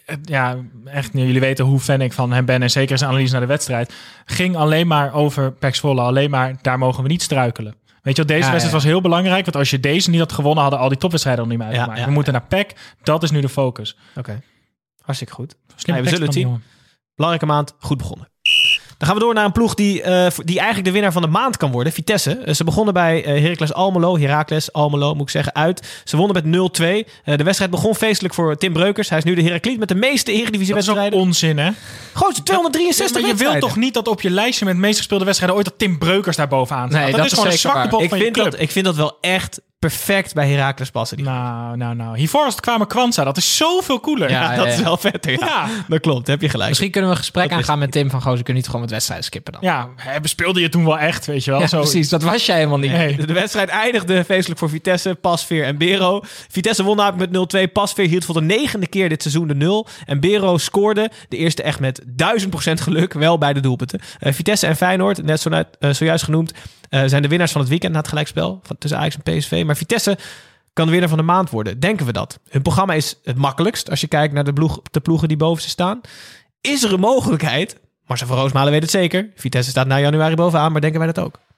Ja, echt, jullie weten hoe fan ik van hem ben. En zeker zijn analyse naar de wedstrijd. Ging alleen maar over P E C Zwolle. Alleen maar, daar mogen we niet struikelen. Weet je wel, deze ja, wedstrijd ja. was heel belangrijk. Want als je deze niet had gewonnen, hadden al die topwedstrijden al niet meer uitgemaakt. Ja, ja, we moeten ja. naar P E C. Dat is nu de focus. Oké, okay. Hartstikke goed. Slim ja, we zullen het zien. Jongen. Belangrijke maand, goed begonnen. Dan gaan we door naar een ploeg die, uh, die eigenlijk de winnaar van de maand kan worden. Vitesse. Uh, ze begonnen bij uh, Heracles Almelo. Heracles Almelo, moet ik zeggen, uit. Ze wonnen met nul twee. Uh, de wedstrijd begon feestelijk voor Tim Breukers. Hij is nu de Herakliet met de meeste Eredivisie-wedstrijden. Dat is ook onzin, hè? Gewoon tweehonderddrieënzestig ja, maar je wilt toch niet dat op je lijstje met meest gespeelde wedstrijden ooit dat Tim Breukers daar bovenaan staat? Nee, dat, dat is gewoon een zwakke bal van je club. Dat, ik vind dat wel echt perfect bij Heracles passen. Die nou, nou, nou. Hiervoor was het kwamen Kwanza. Dat is zoveel cooler. Ja, ja, dat ja, ja. is wel vetter. Ja. ja. Dat klopt, heb je gelijk. Misschien kunnen we een gesprek dat aangaan is... met Tim van Gozer. Kun je niet gewoon met wedstrijden skippen dan? Ja, bespeelde je toen wel echt, weet je wel. Ja, Zo... precies. Dat was jij helemaal niet. Nee. De wedstrijd eindigde feestelijk voor Vitesse, Pasveer en Bero. Vitesse won namelijk met nul twee. Pasveer hield voor de negende keer dit seizoen de nul. En Bero scoorde, de eerste echt met duizend procent geluk, wel bij de doelpunten. Uh, Vitesse en Feyenoord, net zo net, uh, zojuist genoemd, uh, zijn de winnaars van het weekend na het gelijkspel van, tussen Ajax en P S V. Maar Vitesse kan de winnaar van de maand worden. Denken we dat? Hun programma is het makkelijkst als je kijkt naar de, ploeg, de ploegen die boven ze staan. Is er een mogelijkheid? Marcel van Roosmalen weet het zeker. Vitesse staat na januari bovenaan, maar denken wij dat ook?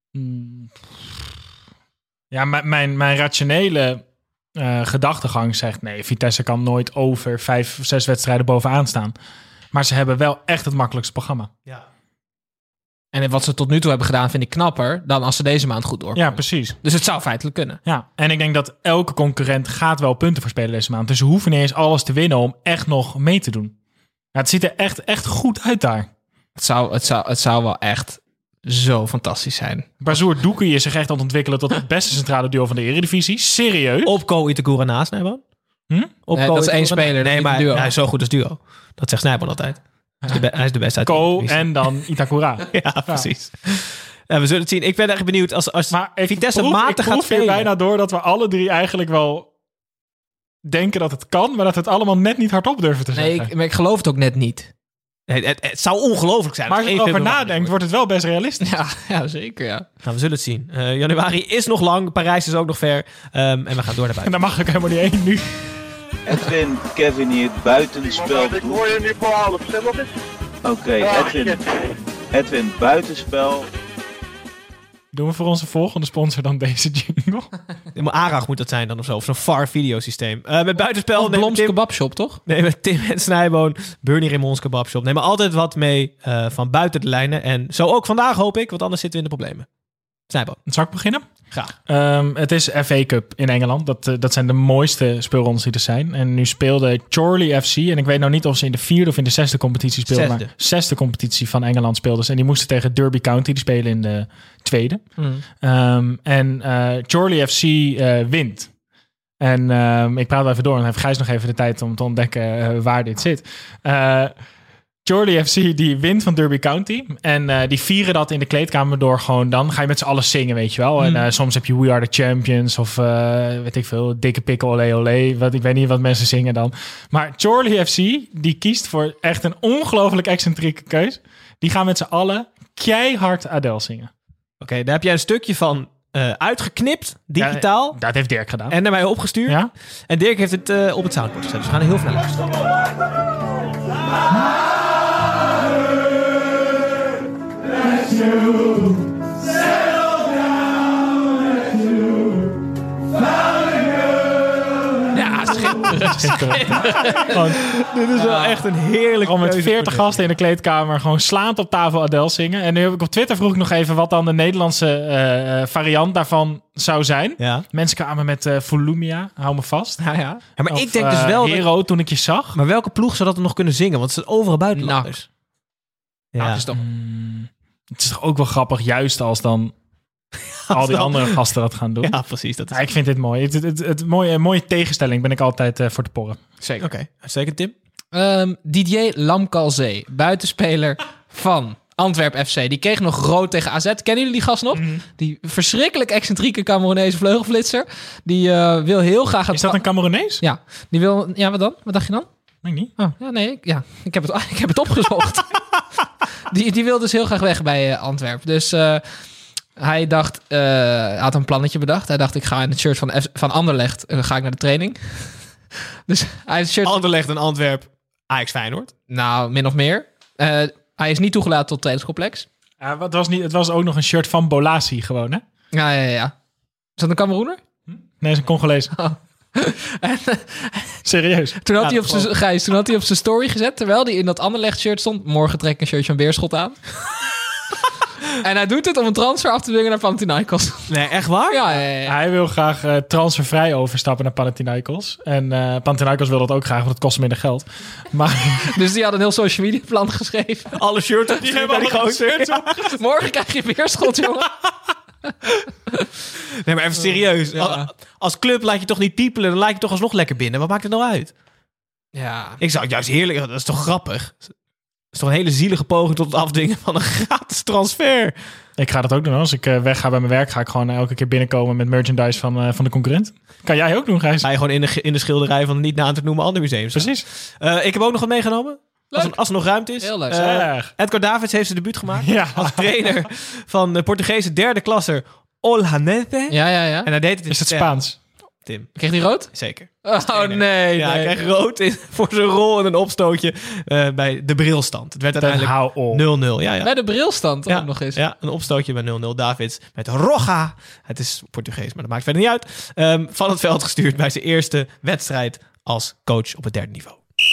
Ja, m- mijn, mijn rationele uh, gedachtegang zegt nee, Vitesse kan nooit over vijf, zes wedstrijden bovenaan staan. Maar ze hebben wel echt het makkelijkste programma. Ja. En wat ze tot nu toe hebben gedaan vind ik knapper dan als ze deze maand goed doorkomen. Ja, precies. Dus het zou feitelijk kunnen. Ja, en ik denk dat elke concurrent gaat wel punten verspelen deze maand. Dus ze hoeven niet eens alles te winnen om echt nog mee te doen. Ja, het ziet er echt, echt goed uit daar. Het zou, het, zou, het zou wel echt zo fantastisch zijn. Bazoer Doekie is zich echt aan het ontwikkelen tot het beste centrale duo van de Eredivisie. Serieus? Op Ko Itakura naast Snijboon? Hm? Op nee, dat is één speler. Nee, maar duo. Hij is zo goed als duo. Dat zegt Snijboon altijd. Hij is de, be- hij is de beste uit Ko en dan Itakura. ja, ja, precies. Ja, we zullen het zien. Ik ben echt benieuwd als, als maar Vitesse proef, matig gaat spelen. Ik proef hier bijna door dat we alle drie eigenlijk wel denken dat het kan, maar dat we het allemaal net niet hardop durven te zeggen. Nee, ik, maar ik geloof het ook net niet. Nee, het, het zou ongelooflijk zijn. Maar als je erover nadenkt, wordt het wel best realistisch. Ja, ja zeker, ja. Nou, we zullen het zien. Uh, januari is nog lang, Parijs is ook nog ver. Um, en we gaan door naar buiten. En daar mag ik helemaal niet één nu. Edwin, Kevin hier, buitenspel. Ik hoor je nu voor half, zeg wat is? Oké, okay, ah, Edwin, Edwin, buitenspel. Doen we voor onze volgende sponsor dan deze jingle? Maar Arag moet dat zijn dan of zo. Of zo'n V A R-videosysteem. Uh, met buitenspel... Of Bloms Kebabshop, toch? Nee, met Tim en Snijboon. Bernie Raymond's Kebabshop. Neem altijd wat mee uh, van buiten de lijnen. En zo ook vandaag, hoop ik. Want anders zitten we in de problemen. Snijboon. Zal ik beginnen? Graag. Um, het is F A Cup in Engeland. Dat, uh, dat zijn de mooiste speelrondes die er zijn. En nu speelde Chorley F C. En ik weet nou niet of ze in de vierde of in de zesde competitie speelden. Zesde. Maar zesde competitie van Engeland speelden ze. En die moesten tegen Derby County. Die spelen in de tweede. Mm. Um, en uh, Chorley F C uh, wint. En um, ik praat wel even door. Dan heeft Gijs nog even de tijd om te ontdekken uh, waar dit zit. Uh, Chorley F C die wint van Derby County. En uh, die vieren dat in de kleedkamer door gewoon... Dan ga je met z'n allen zingen, weet je wel. Mm. En uh, soms heb je We Are The Champions of uh, weet ik veel, Dikke Pikkel, Olé Olé. Wat, ik weet niet wat mensen zingen dan. Maar Chorley F C die kiest voor echt een ongelooflijk excentrieke keus. Die gaan met z'n allen keihard Adele zingen. Oké, okay, daar heb jij een stukje van uh, uitgeknipt, digitaal. Ja, dat heeft Dirk gedaan. En naar mij opgestuurd. Ja? En Dirk heeft het uh, op het soundboard gezet. Dus we gaan er heel veel naar luisteren. Ja, schitterend. Gewoon, dit is wel uh, echt een heerlijk. Gewoon met veertig gasten in de kleedkamer gewoon slaand op tafel Adele zingen. En nu heb ik op Twitter vroeg ik nog even wat dan de Nederlandse uh, variant daarvan zou zijn. Ja. Mensen kwamen met uh, Volumia, hou me vast. Ja, ja. Ja, maar of, ik denk dus wel... Uh, Hero, dat... toen ik je zag. Maar welke ploeg zou dat dan nog kunnen zingen? Want het zijn overal buitenlanders. Ja. Nou, is toch... mm, het is toch ook wel grappig, juist als dan... al die andere gasten dat gaan doen. Ja, precies. Dat is ja, ik vind dit mooi. Het, het, het, het mooie, een mooie tegenstelling ben ik altijd uh, voor te porren. Zeker. Oké, okay. Uitstekend, Tim. Um, Didier Lamkalzee, buitenspeler van Antwerp F C. Die kreeg nog rood tegen A Z. Kennen jullie die gast nog? Mm-hmm. Die verschrikkelijk excentrieke Cameroonese vleugelflitser. Die uh, wil heel graag... Het Is dat een Cameroenees? Ja. Die wil... Ja, wat dan? Wat dacht je dan? Weet ik niet. Oh, ja, nee. Ja, ik heb het, ik heb het opgezocht. die, die wil dus heel graag weg bij uh, Antwerp. Dus... Uh, Hij dacht, uh, hij had een plannetje bedacht. Hij dacht, ik ga in het shirt van, F- van Anderlecht uh, ga ik naar de training. dus hij heeft shirt... Anderlecht en Antwerp, Ajax Feyenoord. Nou, min of meer. Uh, hij is niet toegelaten tot het trainingscomplex. Ja, het, was niet, het was ook nog een shirt van Bolasie gewoon, hè? Ja, ja, ja. Is dat een Cameroener? Hm? Nee, het is een Congolees. Oh. en, Serieus? Toen had, ja, hij op zijn, Gijs, toen had hij op zijn story gezet, terwijl hij in dat Anderlecht shirt stond. Morgen trek ik een shirtje van Beerschot aan. En hij doet het om een transfer af te dwingen naar Panathinaikos. Nee, echt waar? Ja, ja, ja. Hij wil graag uh, transfervrij overstappen naar Panathinaikos. En uh, Panathinaikos wil dat ook graag, want het kost minder geld. Maar... dus die had een heel social media plan geschreven. Alle shirts op die hebben die gewoon shirts op. Morgen krijg je Beerschot, jongen. Nee, maar even serieus. Ja. Als club laat je toch niet piepelen, dan laat je toch alsnog lekker binnen. Wat maakt het nou uit? Ja. Ik zou het juist heerlijk... Dat is toch grappig? Dat is toch een hele zielige poging tot het afdwingen van een gratis transfer. Ik ga dat ook doen. Als ik uh, wegga bij mijn werk, ga ik gewoon elke keer binnenkomen met merchandise van, uh, van de concurrent. Kan jij ook doen, Gijs? Ga je gewoon in de, in de schilderij van niet na te noemen andere museums. Precies. Uh, ik heb ook nog wat meegenomen. Als er, als er nog ruimte is. Heel leuk. Uh, Edgar Davids heeft zijn debuut gemaakt. Ja. Als trainer van de Portugese derde klasse Olhanense. Ja, ja, ja. En hij deed het in Is het Spaans? Tim. Kreeg hij rood? Zeker. Oh nee. Ja, nee. hij kreeg rood in, voor zijn rol en een opstootje uh, bij de brilstand. Het werd uiteindelijk nul nul. Ja, ja. Bij de brilstand ja, ook nog eens. Ja, een opstootje bij nul nul. Davids met Roja. Het is Portugees, maar dat maakt verder niet uit. Um, van het veld gestuurd bij zijn eerste wedstrijd als coach op het derde niveau.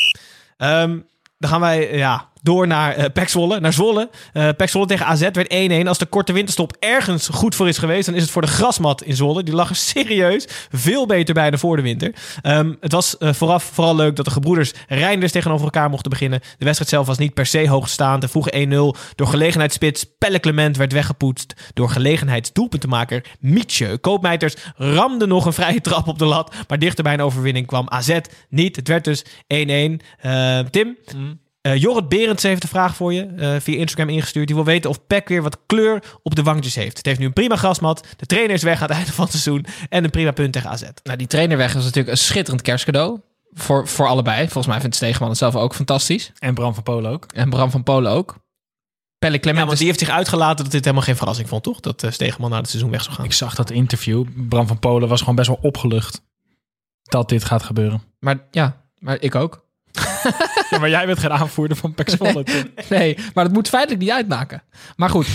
Um, dan gaan wij ja, door naar uh, P E C Zwolle. Naar Zwolle. Uh, P E C Zwolle tegen A Z werd één één. Als de korte winterstop ergens goed voor is geweest, dan is het voor de grasmat in Zwolle. Die lag er serieus veel beter bij dan voor de winter. Um, het was uh, vooraf vooral leuk dat de gebroeders Reinders tegenover elkaar mochten beginnen. De wedstrijd zelf was niet per se hoogstaand. De vroege één nul door gelegenheidsspits Pelle Clement werd weggepoetst door gelegenheidsdoelpuntenmaker Mietje. Koopmeiters ramde nog een vrije trap op de lat, maar dichter bij een overwinning kwam A Z niet. Het werd dus één één. Uh, Tim? Mm. Uh, Jorrit Berends heeft een vraag voor je uh, via Instagram ingestuurd. Die wil weten of P E C weer wat kleur op de wangjes heeft. Het heeft nu een prima grasmat. De trainer is weg aan het einde van het seizoen. En een prima punt tegen A Z. Nou, die trainer weg is natuurlijk een schitterend kerstcadeau. Voor, voor allebei. Volgens mij vindt Stegeman het zelf ook fantastisch. En Bram van Polen ook. En Bram van Polen ook. Pelle Clement. Ja, want die heeft zich uitgelaten dat dit helemaal geen verrassing vond, toch? Dat uh, Stegeman na het seizoen weg zou gaan. Ik zag dat interview. Bram van Polen was gewoon best wel opgelucht dat dit gaat gebeuren. Maar ja, maar ik ook. Ja, maar jij bent geen aanvoerder van P E C Zwolle. Nee, nee, maar dat moet feitelijk niet uitmaken. Maar goed.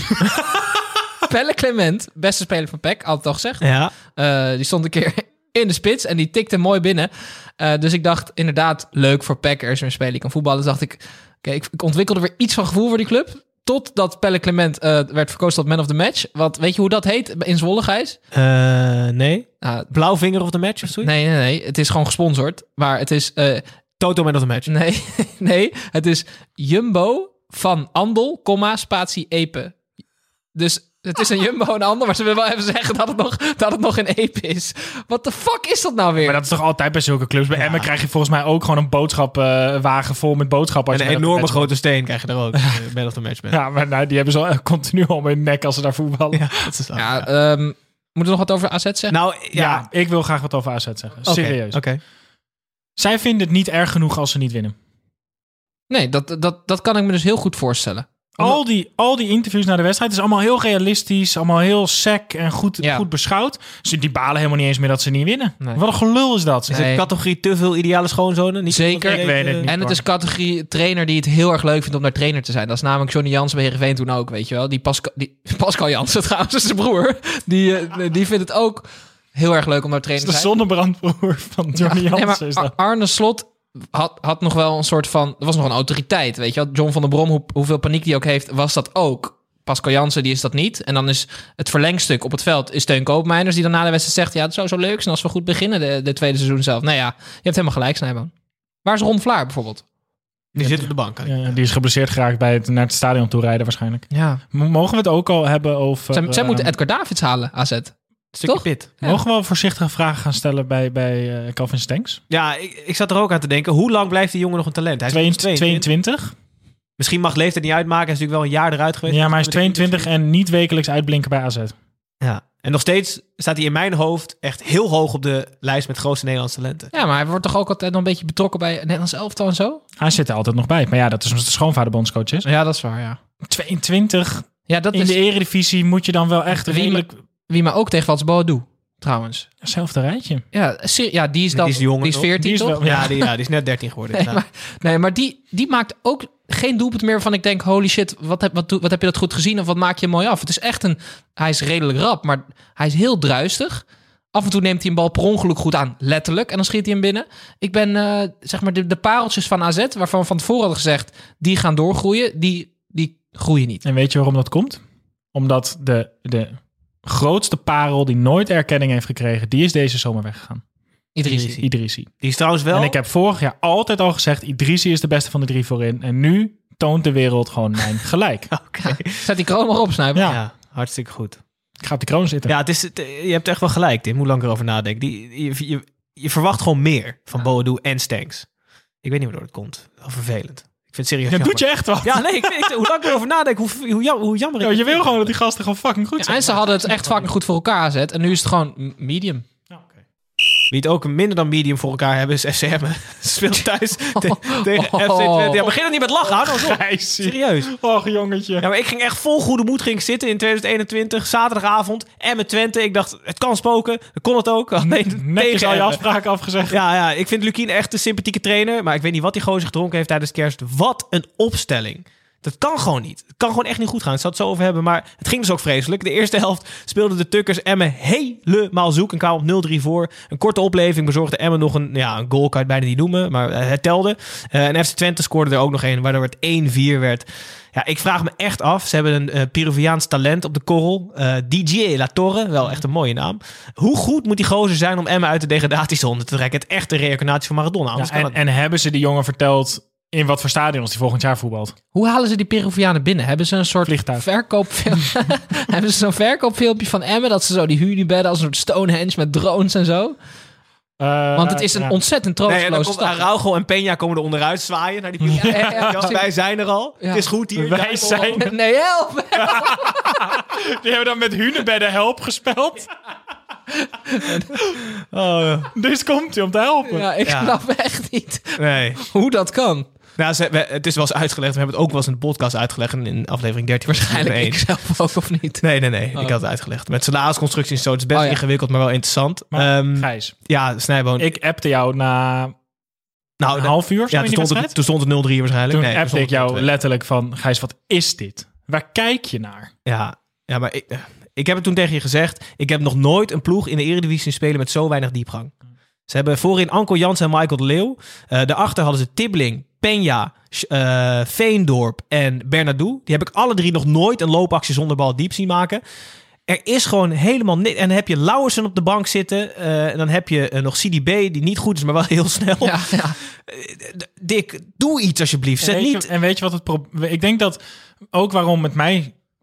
Pelle Clement, beste speler van P E C, altijd al gezegd. Ja. Uh, die stond een keer in de spits en die tikte mooi binnen. Uh, dus ik dacht inderdaad, leuk voor P E C. Er is een speler die kan voetballen. Dus dacht ik, okay, ik, ik ontwikkelde weer iets van gevoel voor die club. Totdat Pelle Clement uh, werd verkozen tot man of the match. Want weet je hoe dat heet in Zwolle, Gijs? Uh, nee. Uh, Blauwvinger of the match of zoiets? Nee, nee, nee. Het is gewoon gesponsord. Maar het is... Uh, Toto man of the match? Nee, nee. Het is Jumbo van Andel, comma, spatie Epe. Dus Het is een Jumbo en een ander, maar ze willen wel even zeggen dat het nog, dat het nog een Epe is. What the fuck is dat nou weer? Maar dat is toch altijd bij zulke clubs. Bij ja. Emmen krijg je volgens mij ook gewoon een boodschapwagen uh, vol met boodschappen. En een enorme grote steen krijg je daar ook. Man of the match bent. Ja, maar nou, die hebben ze al continu al met nek als ze daar voetballen. Ja, dat is ja, ja. Um, moeten we nog wat over A Z zeggen? Nou, ja, ja ik wil graag wat over A Z zeggen. Okay, Serieus. Okay. Zij vinden het niet erg genoeg als ze niet winnen. Nee, dat, dat, dat kan ik me dus heel goed voorstellen. Al die, al die interviews na de wedstrijd is allemaal heel realistisch, allemaal heel sec en goed, ja. goed beschouwd. Dus die balen helemaal niet eens meer dat ze niet winnen. Nee. Wat een gelul is dat. Is nee. het categorie te veel ideale schoonzonen? Niet Zeker. Ik weet het niet. En het is categorie trainer die het heel erg leuk vindt om daar trainer te zijn. Dat is namelijk Johnny Jansen bij Heerenveen toen ook, weet je wel. Die, Pascal, die Pascal Jansen trouwens, is zijn broer. Die, uh, die vindt het ook heel erg leuk om daar trainer te zijn. De zonnebrandbroer van Johnny ja, Jansen nee, is dat. Arne Slot Had, had nog wel een soort van... Er was nog een autoriteit, weet je wel. John van der Brom, hoe, hoeveel paniek die ook heeft, was dat ook. Pascal Jansen, die is dat niet. En dan is het verlengstuk op het veld is Teun Koopmeiners, die dan na de wedstrijd zegt... ja, het zou zo leuk zijn als we goed beginnen de, de tweede seizoen zelf. Nou ja, je hebt helemaal gelijk, Snijboon. Waar is Ron Vlaar bijvoorbeeld? Die zit op de bank. Ja, die is geblesseerd geraakt bij het naar het stadion toe rijden waarschijnlijk. Ja. Mogen we het ook al hebben over... Zij, zij uh, moeten Edgar Davids halen, A Z. Stukje Toch? pit. Ja. Mogen we wel voorzichtige vragen gaan stellen bij, bij uh, Calvin Stenks? Ja, ik, ik zat er ook aan te denken. Hoe lang blijft die jongen nog een talent? Hij is tweeëntwintig. tweeëntwintig. Misschien mag leeftijd niet uitmaken. Hij is natuurlijk wel een jaar eruit geweest. Ja, maar hij is tweeëntwintig en niet wekelijks uitblinken bij A Z. Ja, en nog steeds staat hij in mijn hoofd echt heel hoog op de lijst met grootste Nederlandse talenten. Ja, maar hij wordt toch ook altijd nog een beetje betrokken bij het Nederlands elftal en zo? Hij zit er altijd nog bij. Maar ja, dat is omdat de schoonvader bondscoach is. Ja, dat is waar, ja. tweeëntwintig. Ja, dat in is... de Eredivisie moet je dan wel echt wie redelijk... Me, wie me ook tegenvalt is Boadu, trouwens. Hetzelfde rijtje. Ja, ja, die is dan... Die is, jongen, die is veertien, die is toch? Wel, ja, die, ja, die is net dertien geworden. Nee, maar, nee, maar die, die maakt ook geen doelpunt meer van ik denk, holy shit, wat heb, wat, wat heb je dat goed gezien of wat maak je mooi af? Het is echt een... Hij is redelijk rap, maar hij is heel druistig. Af en toe neemt hij een bal per ongeluk goed aan, letterlijk. En dan schiet hij hem binnen. Ik ben, uh, zeg maar, de, de pareltjes van A Z, waarvan we van tevoren hadden gezegd, die gaan doorgroeien, die, die groeien niet. En weet je waarom dat komt? Omdat de, de grootste parel die nooit erkenning heeft gekregen, die is deze zomer weggegaan. Idrissi. Idrissi. Die is trouwens wel... En ik heb vorig jaar altijd al gezegd, Idrissi is de beste van de drie voorin. En nu toont de wereld gewoon mijn gelijk. Oké. Okay. Ja, zet die kroon maar op, Snijboon. Ja. ja, hartstikke goed. Ik ga op die kroon zitten. Ja, het is, het, je hebt echt wel gelijk, Tim, hoe lang ik erover nadenk. Die, je, je, je verwacht gewoon meer van ja. Boadu en Stenks. Ik weet niet waardoor het komt. Wel vervelend. Ik vind het serieus ja, jammer. doet je echt wat? Ja, nee, ik, ik, hoe lang ik erover nadenk, hoe, hoe, jam, hoe jammer ik ja, je wil gewoon dat die gasten gewoon fucking goed zijn. Ja, en ze hadden het echt fucking goed voor elkaar gezet. En nu is het gewoon medium. Ja, okay. Wie het ook minder dan medium voor elkaar hebben is F C Emmen. Speelt thuis te, tegen oh. F C Twente. Ja, begin er niet met lachen. Hou nou op. Serieus. Och, jongetje. Ja, maar ik ging echt vol goede moed ging zitten in twintig eenentwintig. Zaterdagavond. Emmen Twente. Ik dacht, het kan spoken. Dan kon het ook. Alleen netjes al je afspraken afgezegd. Ja, ja, ik vind Lukien echt een sympathieke trainer. Maar ik weet niet wat die gozer gedronken heeft tijdens kerst. Wat een opstelling. Dat kan gewoon niet. Het kan gewoon echt niet goed gaan. Ik zal het zo over hebben, maar het ging dus ook vreselijk. De eerste helft speelden de Tukkers Emmen helemaal zoek en kwamen op nul drie voor. Een korte opleving bezorgde Emmen nog een, ja, een goal, kan je het bijna niet noemen, maar het telde. Uh, en F C Twente scoorde er ook nog een, waardoor het één vier werd. Ja, ik vraag me echt af. Ze hebben een uh, Peruviaans talent op de korrel. Uh, D J La Torre, wel echt een mooie naam. Hoe goed moet die gozer zijn om Emmen uit de degradatiezone te trekken? Het echt een reïncarnatie van Maradona. Ja, en, het... en hebben ze die jongen verteld in wat voor stadions die volgend jaar voetbalt? Hoe halen ze die Peruvianen binnen? Hebben ze een soort vliegtuig verkoopfilm? Hebben ze zo'n verkoopfilmpje van Emmen dat ze zo die Hunebedden als een soort Stonehenge met drones en zo? Uh, Want het is een ja. ontzettend troosteloze nee, dan stad. komt Araujo en Peña komen er onderuit zwaaien naar die Peña. Ja, ja, ja, wij zijn er al. Ja. Het is goed hier. Wij zijn er. Nee, help! Die hebben dan met Hunebedden help gespeeld. Oh, ja. Dus komt hij om te helpen. Ja, ik ja. snap echt niet nee. hoe dat kan. Nou, ze, we, het is wel eens uitgelegd. We hebben het ook wel eens in de podcast uitgelegd. In aflevering dertien. Waarschijnlijk ik zelf ook, of niet? Nee, nee, nee. Oh. Ik had het uitgelegd. Met salarisconstructies en zo. Het is best oh, ja. ingewikkeld, maar wel interessant. Maar, um, Gijs. Ja, Snijboon. Ik appte jou na nou, een half uur. Ja, toen stond, het, toen stond het nul drie waarschijnlijk. Toen nee, appte ik jou letterlijk van... Gijs, wat is dit? Waar kijk je naar? Ja, ja maar ik, ik heb het toen tegen je gezegd. Ik heb nog nooit een ploeg in de Eredivisie spelen met zo weinig diepgang. Ze hebben voorin Anko Jansen en Michael de Leeuw. Uh, daarachter hadden ze Tibbling, Peña, uh, Veendorp en Bernardo. Die heb ik alle drie nog nooit een loopactie zonder bal diep zien maken. Er is gewoon helemaal niks. En dan heb je Lauwersen op de bank zitten. Uh, en dan heb je uh, nog C D B, die niet goed is, maar wel heel snel. Ja, ja. Uh, Dick, doe iets alsjeblieft. Zet en, weet niet... je, en weet je wat het probleem... Ik denk dat ook waarom het mij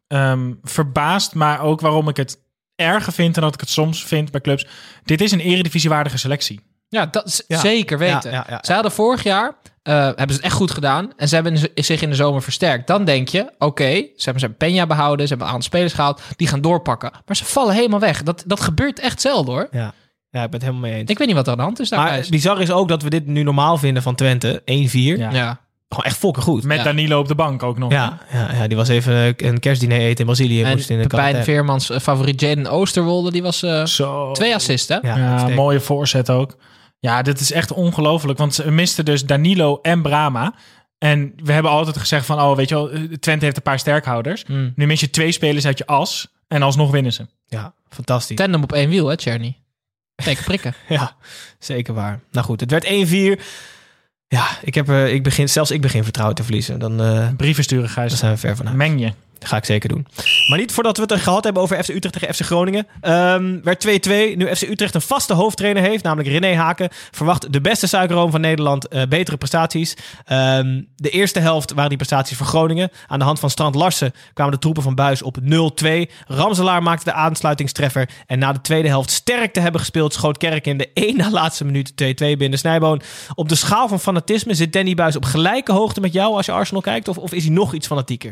um, verbaast, maar ook waarom ik het erger vind dan dat ik het soms vind bij clubs. Dit is een eredivisiewaardige selectie. Ja, dat is Ja. zeker weten. Ja, ja, ja. Zij hadden vorig jaar, uh, hebben ze het echt goed gedaan. En ze hebben zich in de zomer versterkt. Dan denk je, oké, okay, ze hebben zijn Peña behouden. Ze hebben een aantal spelers gehaald. Die gaan doorpakken. Maar ze vallen helemaal weg. Dat, dat gebeurt echt zelden hoor. Ja. ja, ik ben het helemaal mee eens. Ik weet niet wat er aan de hand is. Maar het bizar is ook dat we dit nu normaal vinden van Twente. één vier. Ja. Ja. Gewoon echt fucking goed. Met Ja. Danilo op de bank ook nog. Ja, ja, ja, die was even een kerstdiner eten in Brazilië. En moest in de Pepijn quarantaine. Veermans uh, favoriet Jaden Oosterwolde, die was uh, Zo. twee assists, hè? Ja, Ja, uitstekend. mooie voorzet ook. Ja, dit is echt ongelooflijk. Want ze misten dus Danilo en Brahma. En we hebben altijd gezegd van... oh, weet je wel, Twente heeft een paar sterkhouders. Mm. Nu mis je twee spelers uit je as. En alsnog winnen ze. Ja, fantastisch. Tandem op één wiel, hè, Tjerny? Teken prikken. Ja, zeker waar. Nou goed, het werd één vier. Ja, ik, heb, uh, ik begin, zelfs ik begin vertrouwen te verliezen. Dan, uh, Brieven sturen, dan Gijs. zijn we ver van huis. Meng je. Dat ga ik zeker doen. Maar niet voordat we het er gehad hebben over F C Utrecht tegen F C Groningen. Um, werd twee twee. Nu F C Utrecht een vaste hoofdtrainer heeft, namelijk René Haken, verwacht de beste suikerroom van Nederland uh, betere prestaties. Um, de eerste helft waren die prestaties voor Groningen. Aan de hand van Strand Larsen kwamen de troepen van Buis op nul twee. Ramselaar maakte de aansluitingstreffer. En na de tweede helft sterk te hebben gespeeld, schoot Kerk in de één na laatste minuut twee twee binnen Snijboon. Op de schaal van fanatisme zit Danny Buis op gelijke hoogte met jou als je Arsenal kijkt? Of, of is hij nog iets fanatieker?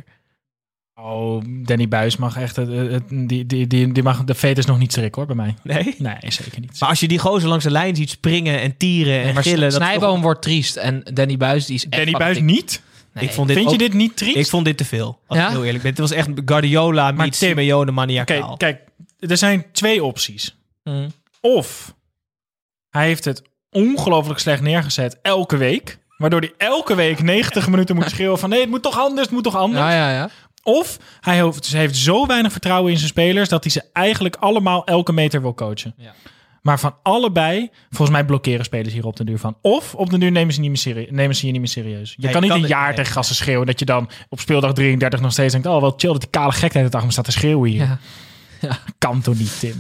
Oh, Danny Buis mag echt... Het, het, die, die, die, die mag de fetus nog niet strikken, hoor, bij mij. Nee? Nee, zeker niet. Maar als je die gozer langs de lijn ziet springen en tieren en maar gillen... dat is Snijboom toch- wordt triest. En Danny Buis, die is echt Danny Buis fanatiek. niet? Nee. Ik vond dit Vind ook- je dit niet triest? Ik vond dit te veel. Als Ja? ik heel eerlijk ben. Het was echt Guardiola Maar meets Tim- Simeone maniacaal. Kijk, kijk, er zijn twee opties. Mm. Of hij heeft het ongelooflijk slecht neergezet elke week. Waardoor hij elke week negentig minuten moet schreeuwen van... nee, het moet toch anders, het moet toch anders. Ja, ja, ja. Of hij heeft, hij heeft zo weinig vertrouwen in zijn spelers... dat hij ze eigenlijk allemaal elke meter wil coachen. Ja. Maar van allebei, volgens mij blokkeren spelers hier op de duur van. Of op de duur nemen ze, niet meer serie- nemen ze je niet meer serieus. Je Ja, kan je niet kan een het- jaar nee, tegen nee. gasten schreeuwen... dat je dan op speeldag drieëndertig nog steeds denkt... oh, wel chill dat die kale gekheid het achter me staat te schreeuwen hier. Ja. Kan toch niet, Tim?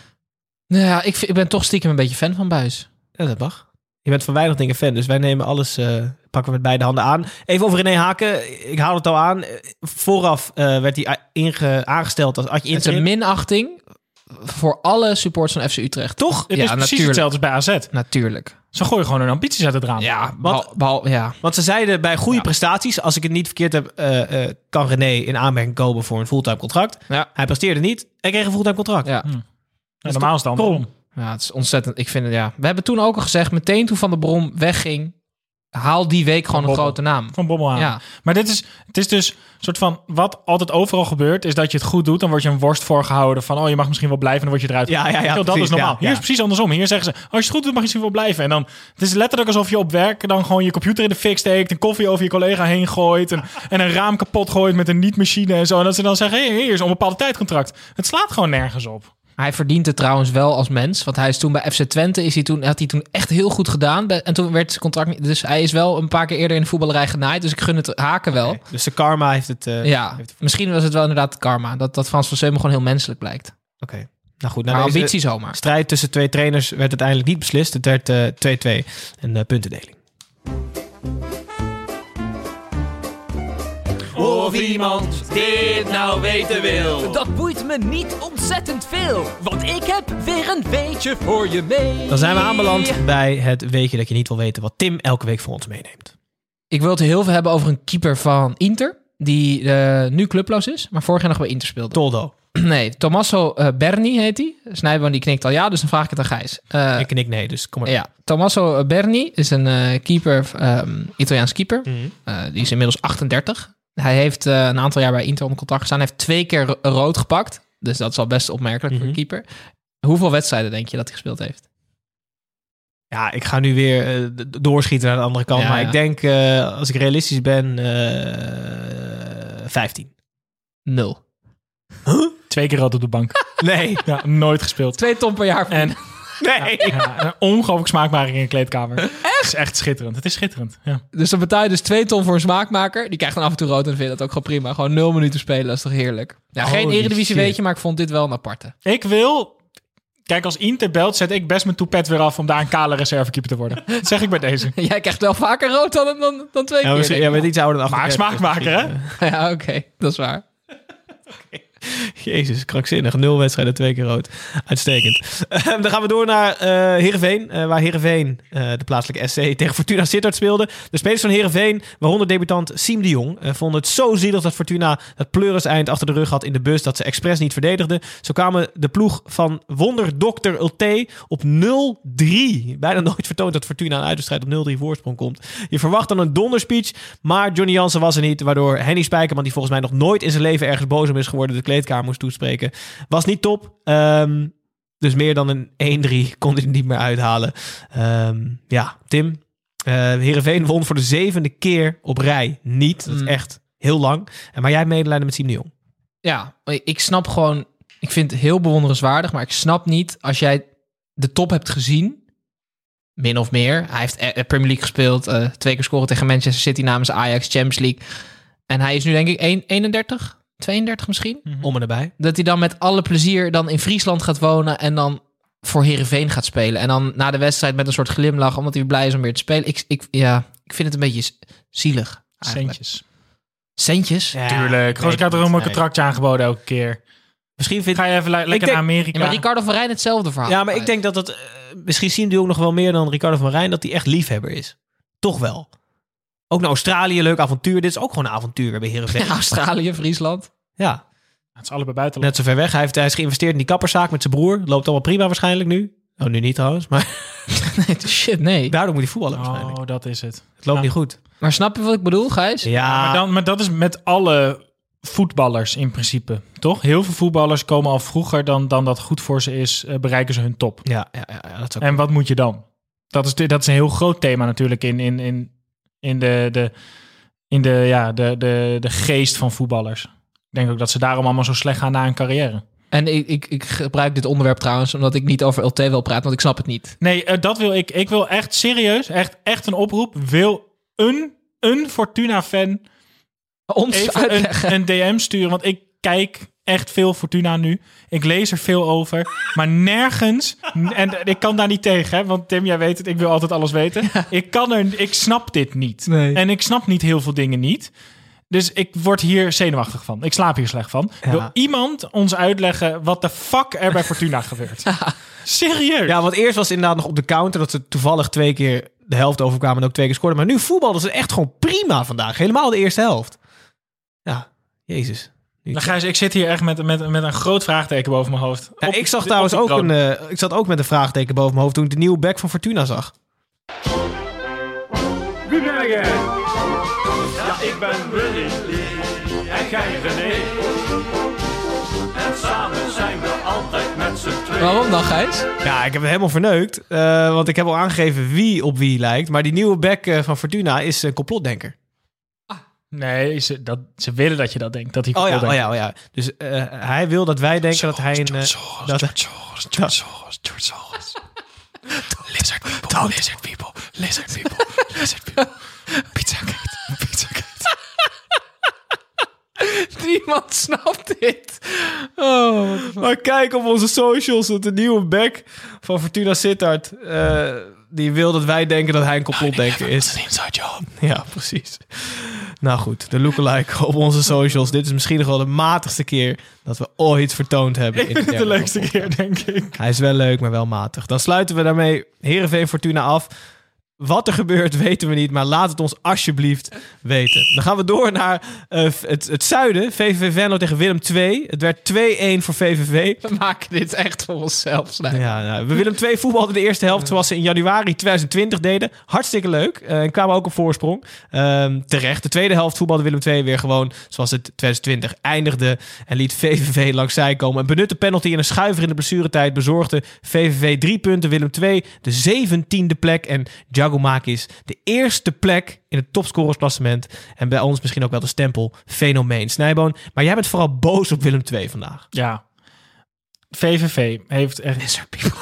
Nou ja, ik, vind- ik ben toch stiekem een beetje fan van Buis. Ja, dat mag. Je bent van weinig dingen fan, dus wij nemen alles, uh, pakken we met beide handen aan. Even over René Haken. Ik haal het al aan. Vooraf uh, werd hij inge- aangesteld als had je Het is een interim. minachting voor alle supporters van F C Utrecht. Toch? Het Ja, is precies natuurlijk. hetzelfde als bij A Z. Natuurlijk. Ze gooien gewoon hun ambities uit het raam. Ja, Want- behal, behal- ja. Want ze zeiden bij goede Ja. prestaties, als ik het niet verkeerd heb, uh, uh, kan René in aanmerking komen voor een fulltime contract. Ja. Hij presteerde niet en kreeg een fulltime contract. Ja. En normaal is het andersom. Ja, het is ontzettend. Ik vind het, ja. We hebben toen ook al gezegd, meteen toen Van der Brom wegging, haal die week gewoon een Bommel. grote naam. Van Bommel aan. Ja. Maar dit is, het is dus een soort van... wat altijd overal gebeurt, is dat je het goed doet. Dan word je een worst voorgehouden van... oh, je mag misschien wel blijven en dan word je eruit. Ja, ja, ja, Weet je wel, dat precies, is normaal. ja, Hier ja. is precies andersom. Hier zeggen ze, als je het goed doet, mag je misschien wel blijven. En dan, het is letterlijk alsof je op werk dan gewoon je computer in de fik steekt... een koffie over je collega heen gooit... en, en een raam kapot gooit met een niet-machine en zo. En dat ze dan zeggen, hé, hey, hier is een onbepaalde tijdcontract. Het slaat gewoon nergens op. Hij verdient het trouwens wel als mens. Want hij is toen bij F C Twente, is hij toen, had hij toen echt heel goed gedaan. Bij- En toen werd zijn contract niet... Dus hij is wel een paar keer eerder in de voetballerij genaaid. Dus ik gun het Haken wel. Okay. Dus de karma heeft het... Uh, Ja, heeft het... misschien was het wel inderdaad karma. Dat, dat Frans van Seumen gewoon heel menselijk blijkt. Oké. Okay. Nou goed, Maar nou, deze ambitie zomaar. strijd tussen twee trainers werd uiteindelijk niet beslist. Het werd uh, twee twee. Een uh, puntendeling. Of iemand dit nou weten wil. Dat boeit me niet ontzettend veel. Want ik heb weer een weetje voor je mee. Dan zijn we aanbeland bij het weetje dat je niet wil weten... wat Tim elke week voor ons meeneemt. Ik wil het heel veel hebben over een keeper van Inter. Die uh, nu clubloos is, maar vorig jaar nog bij Inter speelde. Toldo. Nee, Tommaso uh, Berni heet hij. Snijboon die knikt al ja, dus dan vraag ik het aan Gijs. Uh, ik knik nee, dus kom maar. Ja, Tommaso Berni is een uh, keeper, um, Italiaans keeper. Mm-hmm. Uh, die is inmiddels achtendertig. Hij heeft uh, een aantal jaar bij Inter onder contract gestaan. Hij heeft twee keer ro- rood gepakt. Dus dat is al best opmerkelijk mm-hmm. voor een keeper. Hoeveel wedstrijden denk je dat hij gespeeld heeft? Ja, ik ga nu weer uh, doorschieten naar de andere kant. Ja, maar ja. ik denk, uh, als ik realistisch ben, uh, vijftien. Nul. Huh? Twee keer rood op de bank. Nee. Ja, nooit gespeeld. Twee ton per jaar. En nee. Ja, ja, een ongelooflijk smaakmaking in de kleedkamer. Echt? Het is echt schitterend. Het is schitterend. Ja. Dus dan betaal je dus twee ton voor een smaakmaker. Die krijgt dan af en toe rood en vind je dat ook gewoon prima. Gewoon nul minuten spelen, dat is toch heerlijk. Ja, geen Holy Eredivisie shit. weetje, maar ik vond dit wel een aparte. Ik wil... Kijk, als Inter belt, zet ik best mijn toepet weer af... om daar een kale reservekeeper te worden. Dat zeg ik bij deze. Jij krijgt wel vaker rood dan, dan, dan twee Ja, keer. ja, met iets ouder dan Maar achtendertig. smaakmaker, hè? Ja, oké. Okay, dat is waar. Okay. Jezus, krankzinnig. Nul wedstrijden, twee keer rood. Uitstekend. Uh, dan gaan we door naar uh, Heerenveen. Uh, waar Heerenveen, uh, de plaatselijke S C, tegen Fortuna Sittard speelde. De spelers van Heerenveen, waaronder debutant Siem de Jong, uh, vonden het zo zielig dat Fortuna het pleuriseind achter de rug had in de bus dat ze expres niet verdedigden. Zo kwamen de ploeg van wonderdokter Ulte op nul drie. Bijna nooit vertoond dat Fortuna een uitwedstrijd op nul drie voorsprong komt. Je verwacht dan een donderspeech, maar Johnny Jansen was er niet, waardoor Henny Spijkerman, die volgens mij nog nooit in zijn leven ergens boos om is geworden, de kleedkamer moest toespreken. Was niet top. Um, dus meer dan een één drie kon hij er niet meer uithalen. Um, ja, Tim. Uh, Heerenveen won voor de zevende keer op rij niet. Dat is echt heel lang. Maar jij hebt medelijden met Siem de Jong. Ja, ik snap gewoon... Ik vind het heel bewonderenswaardig, maar ik snap niet als jij de top hebt gezien, min of meer. Hij heeft Premier League gespeeld, uh, twee keer scoren tegen Manchester City namens Ajax, Champions League. En hij is nu denk ik eenendertig, tweeëndertig misschien. Mm-hmm. Om en erbij. Dat hij dan met alle plezier dan in Friesland gaat wonen en dan voor Heerenveen gaat spelen. En dan na de wedstrijd met een soort glimlach, omdat hij blij is om weer te spelen. Ik, ik, ja, ik vind het een beetje zielig. Eigenlijk. Centjes. Centjes? Ja, tuurlijk. Gewoon, ik had er ook een contractje aangeboden elke keer. Misschien vind... Ga je even le- lekker denk... naar Amerika. Ja, maar Ricardo van Rijn hetzelfde verhaal. Ja, maar ik denk dat dat... Uh, misschien zien die ook nog wel meer dan Ricardo van Rijn, dat hij echt liefhebber is. Toch wel. Ook naar Australië, leuk avontuur. Dit is ook gewoon een avontuur bij Heerenveen. Ja, Australië, Friesland. Ja. Het is allebei buitenland. Net zo ver weg. Hij heeft, hij is geïnvesteerd in die kapperszaak met zijn broer. Loopt allemaal prima waarschijnlijk nu. Oh, nu niet trouwens. Maar nee, shit, nee. Daardoor moet hij voetballen oh, waarschijnlijk. Oh, dat is het. Het loopt ja. niet goed. Maar snap je wat ik bedoel, Gijs? Ja. ja maar, dan, maar dat is met alle voetballers in principe, toch? Heel veel voetballers komen al vroeger dan, dan dat goed voor ze is, uh, bereiken ze hun top. Ja, ja, ja, ja dat is ook en wat moet je dan? Dat is, dat is een heel groot thema natuurlijk in, in, in, in, de, de, in de, ja, de, de, de geest van voetballers. Ik denk ook dat ze daarom allemaal zo slecht gaan na hun carrière. En ik, ik, ik gebruik dit onderwerp trouwens omdat ik niet over L T wil praten, want ik snap het niet. Nee, uh, dat wil ik. Ik wil echt serieus, echt, echt een oproep. Wil een, een Fortuna-fan ons even een, een D M sturen? Want ik kijk echt veel Fortuna nu. Ik lees er veel over. Maar nergens... En ik kan daar niet tegen, hè? Want Tim, jij weet het. Ik wil altijd alles weten. Ja. Ik kan er... Ik snap dit niet. Nee. En ik snap niet heel veel dingen niet. Dus ik word hier zenuwachtig van. Ik slaap hier slecht van. Ja. Wil iemand ons uitleggen wat de fuck er bij Fortuna gebeurt? Ja. Serieus? Ja, want eerst was het inderdaad nog op de counter dat ze toevallig twee keer de helft overkwamen en ook twee keer scoorden. Maar nu voetbalden ze echt gewoon prima vandaag. Helemaal de eerste helft. Ja, jezus. Nou, Gijs, ik zit hier echt met, met, met een groot vraagteken boven mijn hoofd. Ja, op, ik zag trouwens ook een... Uh, ik zat ook met een vraagteken boven mijn hoofd toen ik de nieuwe back van Fortuna zag. Wie ben jij? Ja, ik ben Willy en jij René. En samen zijn we altijd met z'n tweeën. Waarom dan, Gijs? Ja, ik heb het helemaal verneukt. Uh, want ik heb al aangegeven wie op wie lijkt. Maar die nieuwe back uh, van Fortuna is een complotdenker. Nee, ze, dat, ze willen dat je dat denkt. Dat hij oh, ja, oh ja, oh ja. Dus uh, hij wil dat wij denken Soros, dat hij een... Uh, Soros, dat George Soros, George Soros, George Soros. Lizard people, lizard people, lizard people, lizard people. Pizzagate, Pizzagate. Niemand snapt dit. Oh, maar kijk op onze socials dat de nieuwe back van Fortuna Sittard... Uh, die wil dat wij denken dat hij een complotdenker is. Dat is een inside job. Ja, precies. Nou goed, de lookalike op onze socials. Dit is misschien nog wel de matigste keer dat we ooit vertoond hebben. Ik vind het de leukste keer, denk ik. Hij is wel leuk, maar wel matig. Dan sluiten we daarmee Heerenveen Fortuna af. Wat er gebeurt, weten we niet. Maar laat het ons alsjeblieft weten. Dan gaan we door naar uh, het, het zuiden. V V V Venlo tegen Willem twee. Het werd twee-een voor V V V. We maken dit echt voor onszelf. Ja, nou, Willem twee voetbalde de eerste helft zoals ze in januari twintig twintig deden. Hartstikke leuk. Uh, en kwamen ook op voorsprong. Uh, terecht. De tweede helft voetbalde Willem twee weer gewoon zoals het twintig twintig eindigde. En liet V V V langs zij komen. Een benutte penalty en een schuiver in de blessuretijd bezorgde V V V drie punten. Willem twee de zeventiende plek. En Giacomakis de eerste plek in het topscorersklassement. En bij ons misschien ook wel de stempel fenomeen. Snijboon, maar jij bent vooral boos op Willem twee vandaag. Ja. V V V heeft echt... Is er people?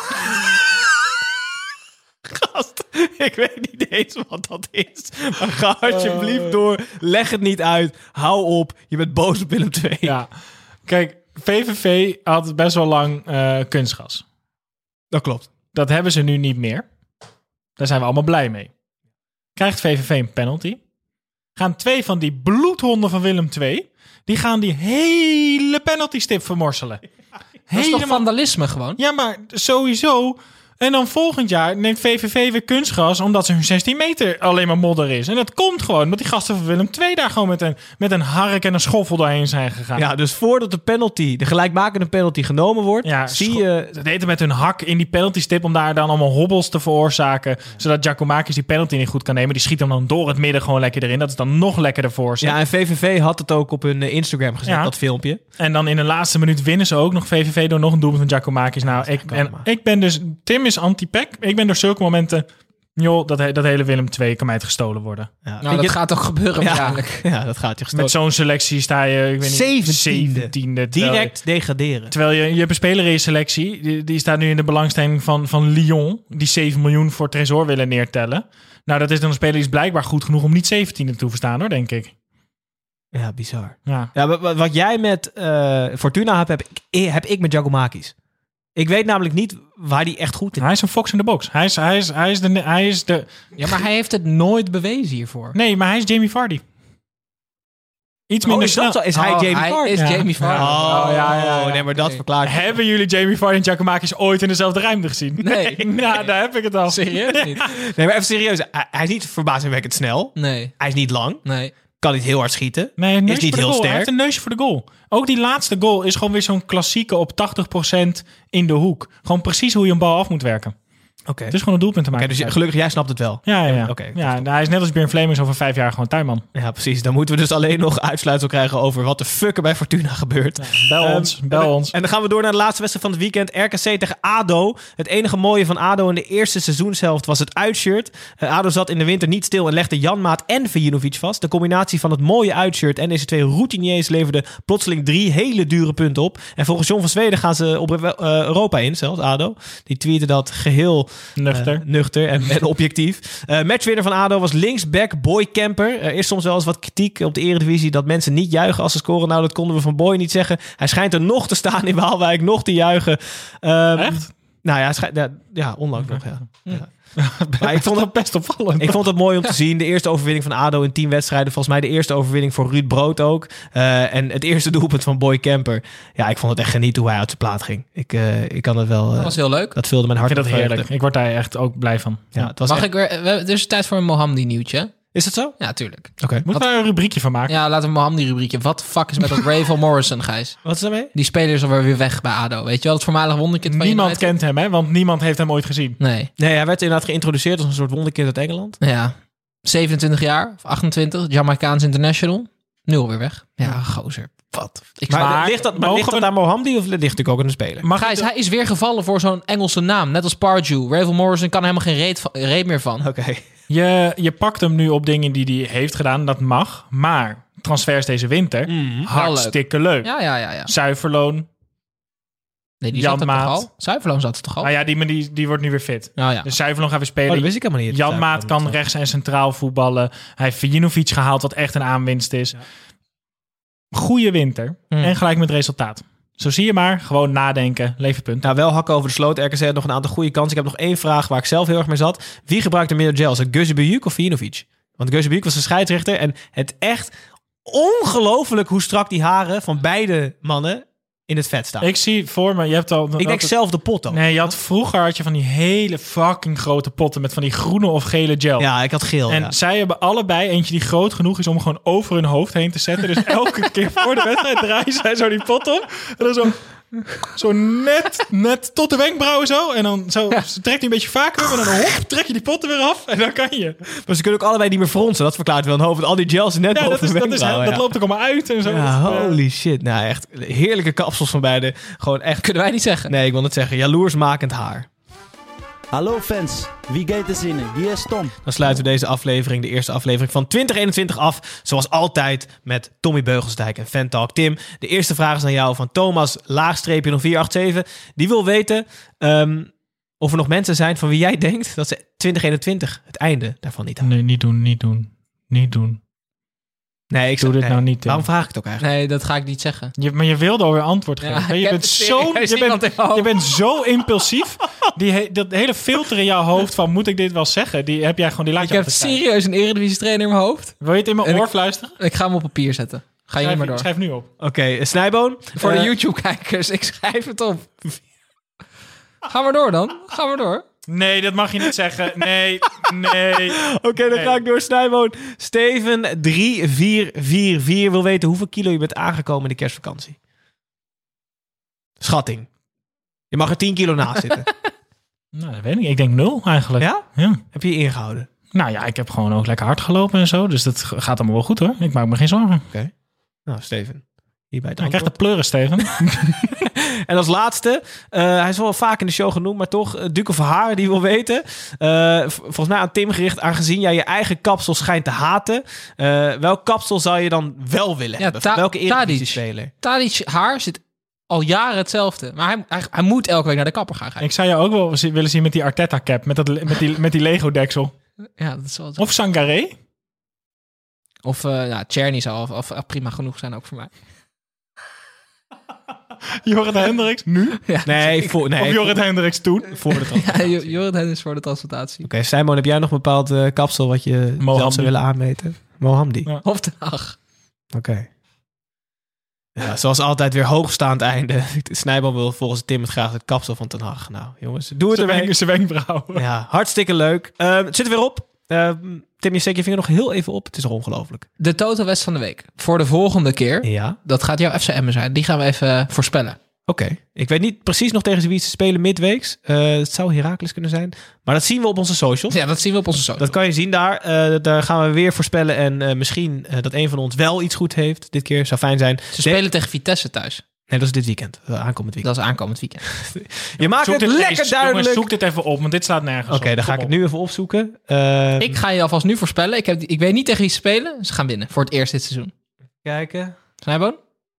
Gast, ik weet niet eens wat dat is. Maar ga alsjeblieft uh... door. Leg het niet uit. Hou op. Je bent boos op Willem twee. Ja. Kijk, V V V had best wel lang uh, kunstgras. Dat klopt. Dat hebben ze nu niet meer. Daar zijn we allemaal blij mee. Krijgt V V V een penalty. Gaan twee van die bloedhonden van Willem twee... Die gaan die hele penalty stip vermorselen. Dat is toch vandalisme gewoon? Ja, maar sowieso. En dan volgend jaar neemt V V V weer kunstgras... omdat ze hun zestien meter alleen maar modder is. En dat komt gewoon omdat die gasten van Willem twee daar gewoon met een, met een hark en een schoffel doorheen zijn gegaan. Ja, dus voordat de penalty, de gelijkmakende penalty genomen wordt... Ja, zie scho- je... Ze deden met hun hak in die penalty stip... om daar dan allemaal hobbels te veroorzaken... Ja. Zodat Giacomakis die penalty niet goed kan nemen. Die schiet hem dan door het midden gewoon lekker erin. Dat is dan nog lekkerder voor ze. Ja, en V V V had het ook op hun Instagram gezet, ja. dat filmpje. En dan in de laatste minuut winnen ze ook nog V V V... door nog een doelpunt van Giacomakis. Nou, ik, en, ik ben dus... Tim is anti-pack. Ik ben door zulke momenten... joh, dat, he, dat hele Willem twee kan mij het gestolen worden. Ja. Nou, dat je, gaat toch gebeuren waarschijnlijk. Ja, ja, dat gaat je gestolen. Met zo'n selectie sta je... Ik weet niet, zeventiende. zeventiende Direct je, degraderen. Terwijl je, je hebt een speler in je selectie... Die, die staat nu in de belangstelling van, van Lyon... die zeven miljoen voor Tresor willen neertellen. Nou, dat is dan een speler die is blijkbaar goed genoeg... om niet zeventiende te verstaan, hoor, denk ik. Ja, bizar. Ja. Ja, wat jij met uh, Fortuna hebt, heb ik, heb ik met Giacomakis. Ik weet namelijk niet waar hij echt goed is. Hij is een fox in de box. Hij is, hij is, hij is, de, hij is de... Ja, maar hij heeft het nooit bewezen hiervoor. Nee, maar hij is Jamie Vardy. Iets oh, minder is snel. Dat zo? Is hij oh, Jamie hij Vardy? is ja. Jamie Vardy. Oh, oh ja, ja, ja. Nee, maar dat okay. verklaart. Hebben jullie Jamie Vardy en Giacomakis ooit in dezelfde ruimte gezien? Nee. Nou, daar heb ik het al. Serieus niet? Nee, maar even serieus. Hij, hij is niet verbazingwekkend snel. Nee. Hij is niet lang. Nee. Kan niet heel hard schieten. Nee, is niet heel goal. sterk. Hij heeft een neusje voor de goal. Ook die laatste goal is gewoon weer zo'n klassieke op tachtig procent in de hoek. Gewoon precies hoe je een bal af moet werken. Oké. Okay. Het is gewoon een doelpunt te maken. Okay, dus gelukkig, jij snapt het wel. Ja, ja, ja. Okay, ja hij is net als Björn Flemings over vijf jaar gewoon tuinman. Ja, precies. Dan moeten we dus alleen nog uitsluitsel krijgen over wat de fuck er bij Fortuna gebeurt. Ja, bel um, ons, bel en, ons. En dan gaan we door naar de laatste wedstrijd van het weekend. R K C tegen ADO. Het enige mooie van ADO in de eerste seizoenshelft was het uitshirt. Uh, ADO zat in de winter niet stil en legde Janmaat en Vujinovic vast. De combinatie van het mooie uitshirt en deze twee routiniers leverde plotseling drie hele dure punten op. En volgens John van Zweden gaan ze op uh, Europa in, zelfs ADO. Die tweette dat geheel nuchter. Uh, nuchter en, en objectief. Uh, matchwinner van ADO was linksback Boy Kemper. Er is soms wel eens wat kritiek op de Eredivisie dat mensen niet juichen als ze scoren. Nou, dat konden we van Boy niet zeggen. Hij schijnt er nog te staan in Waalwijk, nog te juichen. Um, Echt? Nou ja, hij schijnt, ja, ja onlangs nog, ja. ja. Maar ik vond het best opvallend. Ik vond het mooi om te zien. De eerste overwinning van ADO in tien wedstrijden. Volgens mij de eerste overwinning voor Ruud Brood ook. Uh, en het eerste doelpunt van Boy Kemper. Ja, ik vond het echt genieten hoe hij uit zijn plaat ging. Ik, uh, ik kan het wel... Uh, dat was heel leuk. Dat vulde mijn hart. Ik vind dat heerlijk. Ik word daar echt ook blij van. Ja, het was Mag echt... ik weer... Er is tijd voor een Mohamdi nieuwtje. Is dat zo? Ja, tuurlijk. Oké. Okay. Moeten we daar een rubriekje van maken? Ja, laten we een Mohamdi-rubriekje. Wat de fuck is met dat Ravel Morrison, Gijs? Wat is daarmee? Die speler is alweer weer weg bij ADO. Weet je wel, het voormalige wonderkind van Niemand United? kent hem, hè? Want niemand heeft hem ooit gezien. Nee. Nee, hij werd inderdaad geïntroduceerd als een soort wonderkind uit Engeland. Ja. zevenentwintig jaar, of achtentwintig. Jamaicaans International. Nu alweer weg. Ja, gozer. Wat? Ik maar, maar ligt dat, maar ligt dat we... aan Mohamdi of ligt natuurlijk ook aan de speler? Maar Gijs, hij is weer gevallen voor zo'n Engelse naam. Net als Pardew. Ravel Morrison kan er helemaal geen reet, van, reet meer van. Oké. Okay. Je, je pakt hem nu op dingen die hij heeft gedaan. Dat mag. Maar transfers deze winter. Mm, hartstikke leuk. Ja, ja, ja. ja. Zuiverloon. Nee, die zat er toch al? Zuiverloon zat er toch al? Nou ja, die, die, die wordt nu weer fit. Oh, ja. Dus Zuiverloon gaat weer spelen. Oh, dat wist ik helemaal niet. Jan Maat kan rechts en centraal voetballen. Hij heeft Vujinovic gehaald, wat echt een aanwinst is. Ja. Goeie winter. Mm. En gelijk met resultaat. Zo zie je maar. Gewoon nadenken. Leverpunt. Nou, wel hakken over de sloot. R K C had nog een aantal goede kansen. Ik heb nog één vraag waar ik zelf heel erg mee zat. Wie gebruikte meer gels? Gözebuyuk of Vujinovic? Want Gözebuyuk was de scheidsrechter. En het echt ongelooflijk hoe strak die haren van beide mannen in het vet staan. Ik zie voor me, je hebt al... Ik denk zelf de pot ook. Nee, je had vroeger had je van die hele fucking grote potten met van die groene of gele gel. Ja, ik had geel. En ja. zij hebben allebei eentje die groot genoeg is om gewoon over hun hoofd heen te zetten. Dus elke keer voor de wedstrijd draaien zij zo die pot op. En dan zo... Zo net, net tot de wenkbrauwen zo. En dan zo ja. trekt hij een beetje vaker. En dan hop, trek je die potten weer af. En dan kan je. Maar ze kunnen ook allebei niet meer fronsen. Dat verklaart wel een hoofd. Al die gels net ja, boven dat is, de dat, is, ja. dat loopt ook allemaal uit. En zo. Ja, holy shit. Nou, echt heerlijke kapsels van beide. Gewoon echt... Kunnen wij niet zeggen. Nee, ik wil het zeggen. Jaloersmakend haar. Hallo fans, wie gaat er zinnen? Hier is Tom. Dan sluiten we deze aflevering, de eerste aflevering van twintig eenentwintig af. Zoals altijd met Tommy Beugelsdijk en Fantalk. Tim, de eerste vraag is aan jou van Thomas, laagstreepje nul vier acht zeven. Die wil weten um, of er nog mensen zijn van wie jij denkt dat ze twintig eenentwintig het einde daarvan niet halen. Nee, niet doen, niet doen, niet doen. Nee, ik doe dit nee. nou niet. Waarom vraag ik het ook eigenlijk? Nee, dat ga ik niet zeggen. Je, maar je wilde alweer antwoord geven. Ja, je, bent zo, je, bent, je bent zo impulsief. Die he, dat hele filter in jouw hoofd van moet ik dit wel zeggen? Die heb jij gewoon die laat Ik je heb serieus een Eredivisie trainer in mijn hoofd. Wil je het in mijn en oor ik, fluisteren? Ik ga hem op papier zetten. Ga je maar door. Schrijf nu op. Oké, okay, Snijboon. Voor uh, de YouTube-kijkers, ik schrijf het op. Ga maar door dan. Ga maar door. Nee, dat mag je niet zeggen. Nee, nee. Oké, okay, dan nee. ga ik door, Snijboon. Steven drie vier vier vier wil weten hoeveel kilo je bent aangekomen in de kerstvakantie. Schatting. Je mag er tien kilo naast zitten. Nou, dat weet ik niet. Ik denk nul eigenlijk. Ja? Ja. Heb je je ingehouden? Nou ja, ik heb gewoon ook lekker hard gelopen en zo. Dus dat gaat allemaal wel goed hoor. Ik maak me geen zorgen. Oké. Okay. Nou, Steven. Hierbij het nou, ik krijg de pleuren, Steven. En als laatste, uh, hij is wel vaak in de show genoemd, maar toch, uh, Duke of Haar, die wil weten. Uh, v- volgens mij aan Tim gericht, aangezien jij je eigen kapsel schijnt te haten. Uh, welk kapsel zou je dan wel willen ja, hebben? ta- Welke Eredivisie-speler? Tadic haar zit al jaren hetzelfde. Maar hij, hij, hij moet elke week naar de kapper gaan. Ik zou je ook wel willen zien met die Arteta-cap, met, dat, met die, met die Lego-deksel. Ja, dat is wel of Sangaré. Of uh, ja, Czerny zou of, of, of prima genoeg zijn ook voor mij. Jorrit Hendricks nu? Ja, nee, voor, nee, of Jorrit Hendricks toen? Voor de transplantatie. Ja, Jorrit Hendricks voor de transplantatie. Oké, okay, Simon, heb jij nog een bepaald uh, kapsel wat je zelf zou willen aanmeten? Mohamdi. Ja. Of Ten Hag. Oké. Okay. Ja, zoals altijd weer hoogstaand einde. Snijboom wil volgens Tim het graag het kapsel van Ten Hag. Nou, jongens, doe het ermee. Zijn wenkbrauwen. Ja, hartstikke leuk. Uh, het zit er weer op. Uh, Tim, je steekt je vinger nog heel even op. Het is toch ongelooflijk. De Toto-West van de week. Voor de volgende keer. Ja. Dat gaat jouw F C Emmen zijn. Die gaan we even voorspellen. Oké. Okay. Ik weet niet precies nog tegen wie ze spelen midweeks. Uh, het zou Heracles kunnen zijn. Maar dat zien we op onze socials. Ja, dat zien we op onze socials. Dat kan je zien daar. Uh, daar gaan we weer voorspellen. En uh, misschien uh, dat een van ons wel iets goed heeft. Dit keer zou fijn zijn. Ze spelen De- tegen Vitesse thuis. Nee, dat is dit weekend. Uh, aankomend weekend. Dat is aankomend weekend. Je maakt zoek het lekker eens, duidelijk. Jongens, zoek dit even op, want dit staat nergens Oké, okay, dan ga ik het nu even opzoeken. Uh, ik ga je alvast nu voorspellen. Ik, heb, ik weet niet tegen wie ze spelen. Ze gaan winnen voor het eerst dit seizoen. Kijken. Snijboon?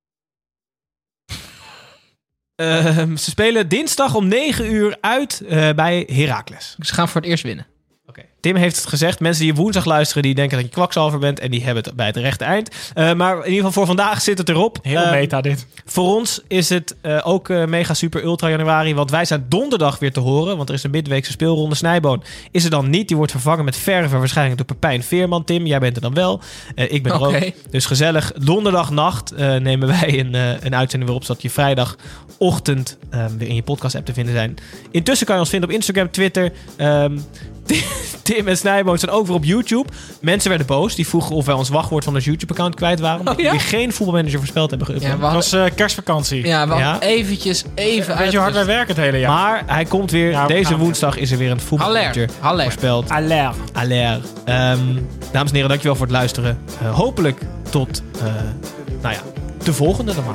Uh, ze spelen dinsdag om negen uur uit uh, bij Heracles. Ze gaan voor het eerst winnen. Oké. Okay. Tim heeft het gezegd. Mensen die je woensdag luisteren, die denken dat je kwakzalver bent. En die hebben het bij het rechte eind. Uh, maar in ieder geval voor vandaag zit het erop. Heel uh, meta dit. Voor ons is het uh, ook uh, mega super ultra januari. Want wij zijn donderdag weer te horen. Want er is een midweekse speelronde. Snijboon is er dan niet. Die wordt vervangen met verven waarschijnlijk door Pepijn Veerman. Tim, jij bent er dan wel. Uh, ik ben er okay. ook. Dus gezellig. Donderdagnacht uh, nemen wij een, uh, een uitzending weer op. Zodat je vrijdagochtend uh, weer in je podcast app te vinden zijn. Intussen kan je ons vinden op Instagram, Twitter. Um, Tim en Snijboon zijn ook weer op YouTube. Mensen werden boos. Die vroegen of wij ons wachtwoord van ons YouTube-account kwijt waren. Omdat oh, ja? we geen voetbalmanager voorspeld hebben geüpload. Ja, het was uh, kerstvakantie. Ja, we ja. eventjes even uit. Weet je hoe hard wij werken het hele jaar. Maar hij komt weer. Ja, deze woensdag is er weer een voetbalmanager voorspeld. Aller. Aller. Um, dames en heren, dankjewel voor het luisteren. Uh, hopelijk tot, uh, nou ja, de volgende dan maar.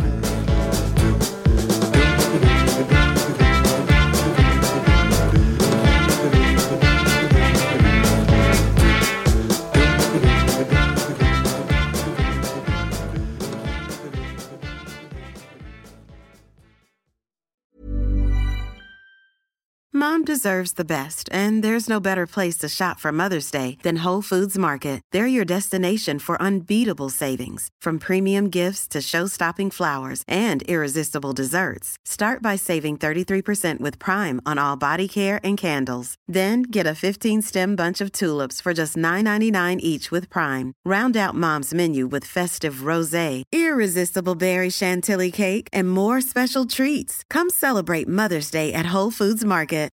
Mom deserves the best, and there's no better place to shop for Mother's Day than Whole Foods Market. They're your destination for unbeatable savings, from premium gifts to show-stopping flowers and irresistible desserts. Start by saving thirty-three percent with Prime on all body care and candles. Then get a fifteen-stem bunch of tulips for just nine ninety-nine each with Prime. Round out Mom's menu with festive rosé, irresistible berry chantilly cake, and more special treats. Come celebrate Mother's Day at Whole Foods Market.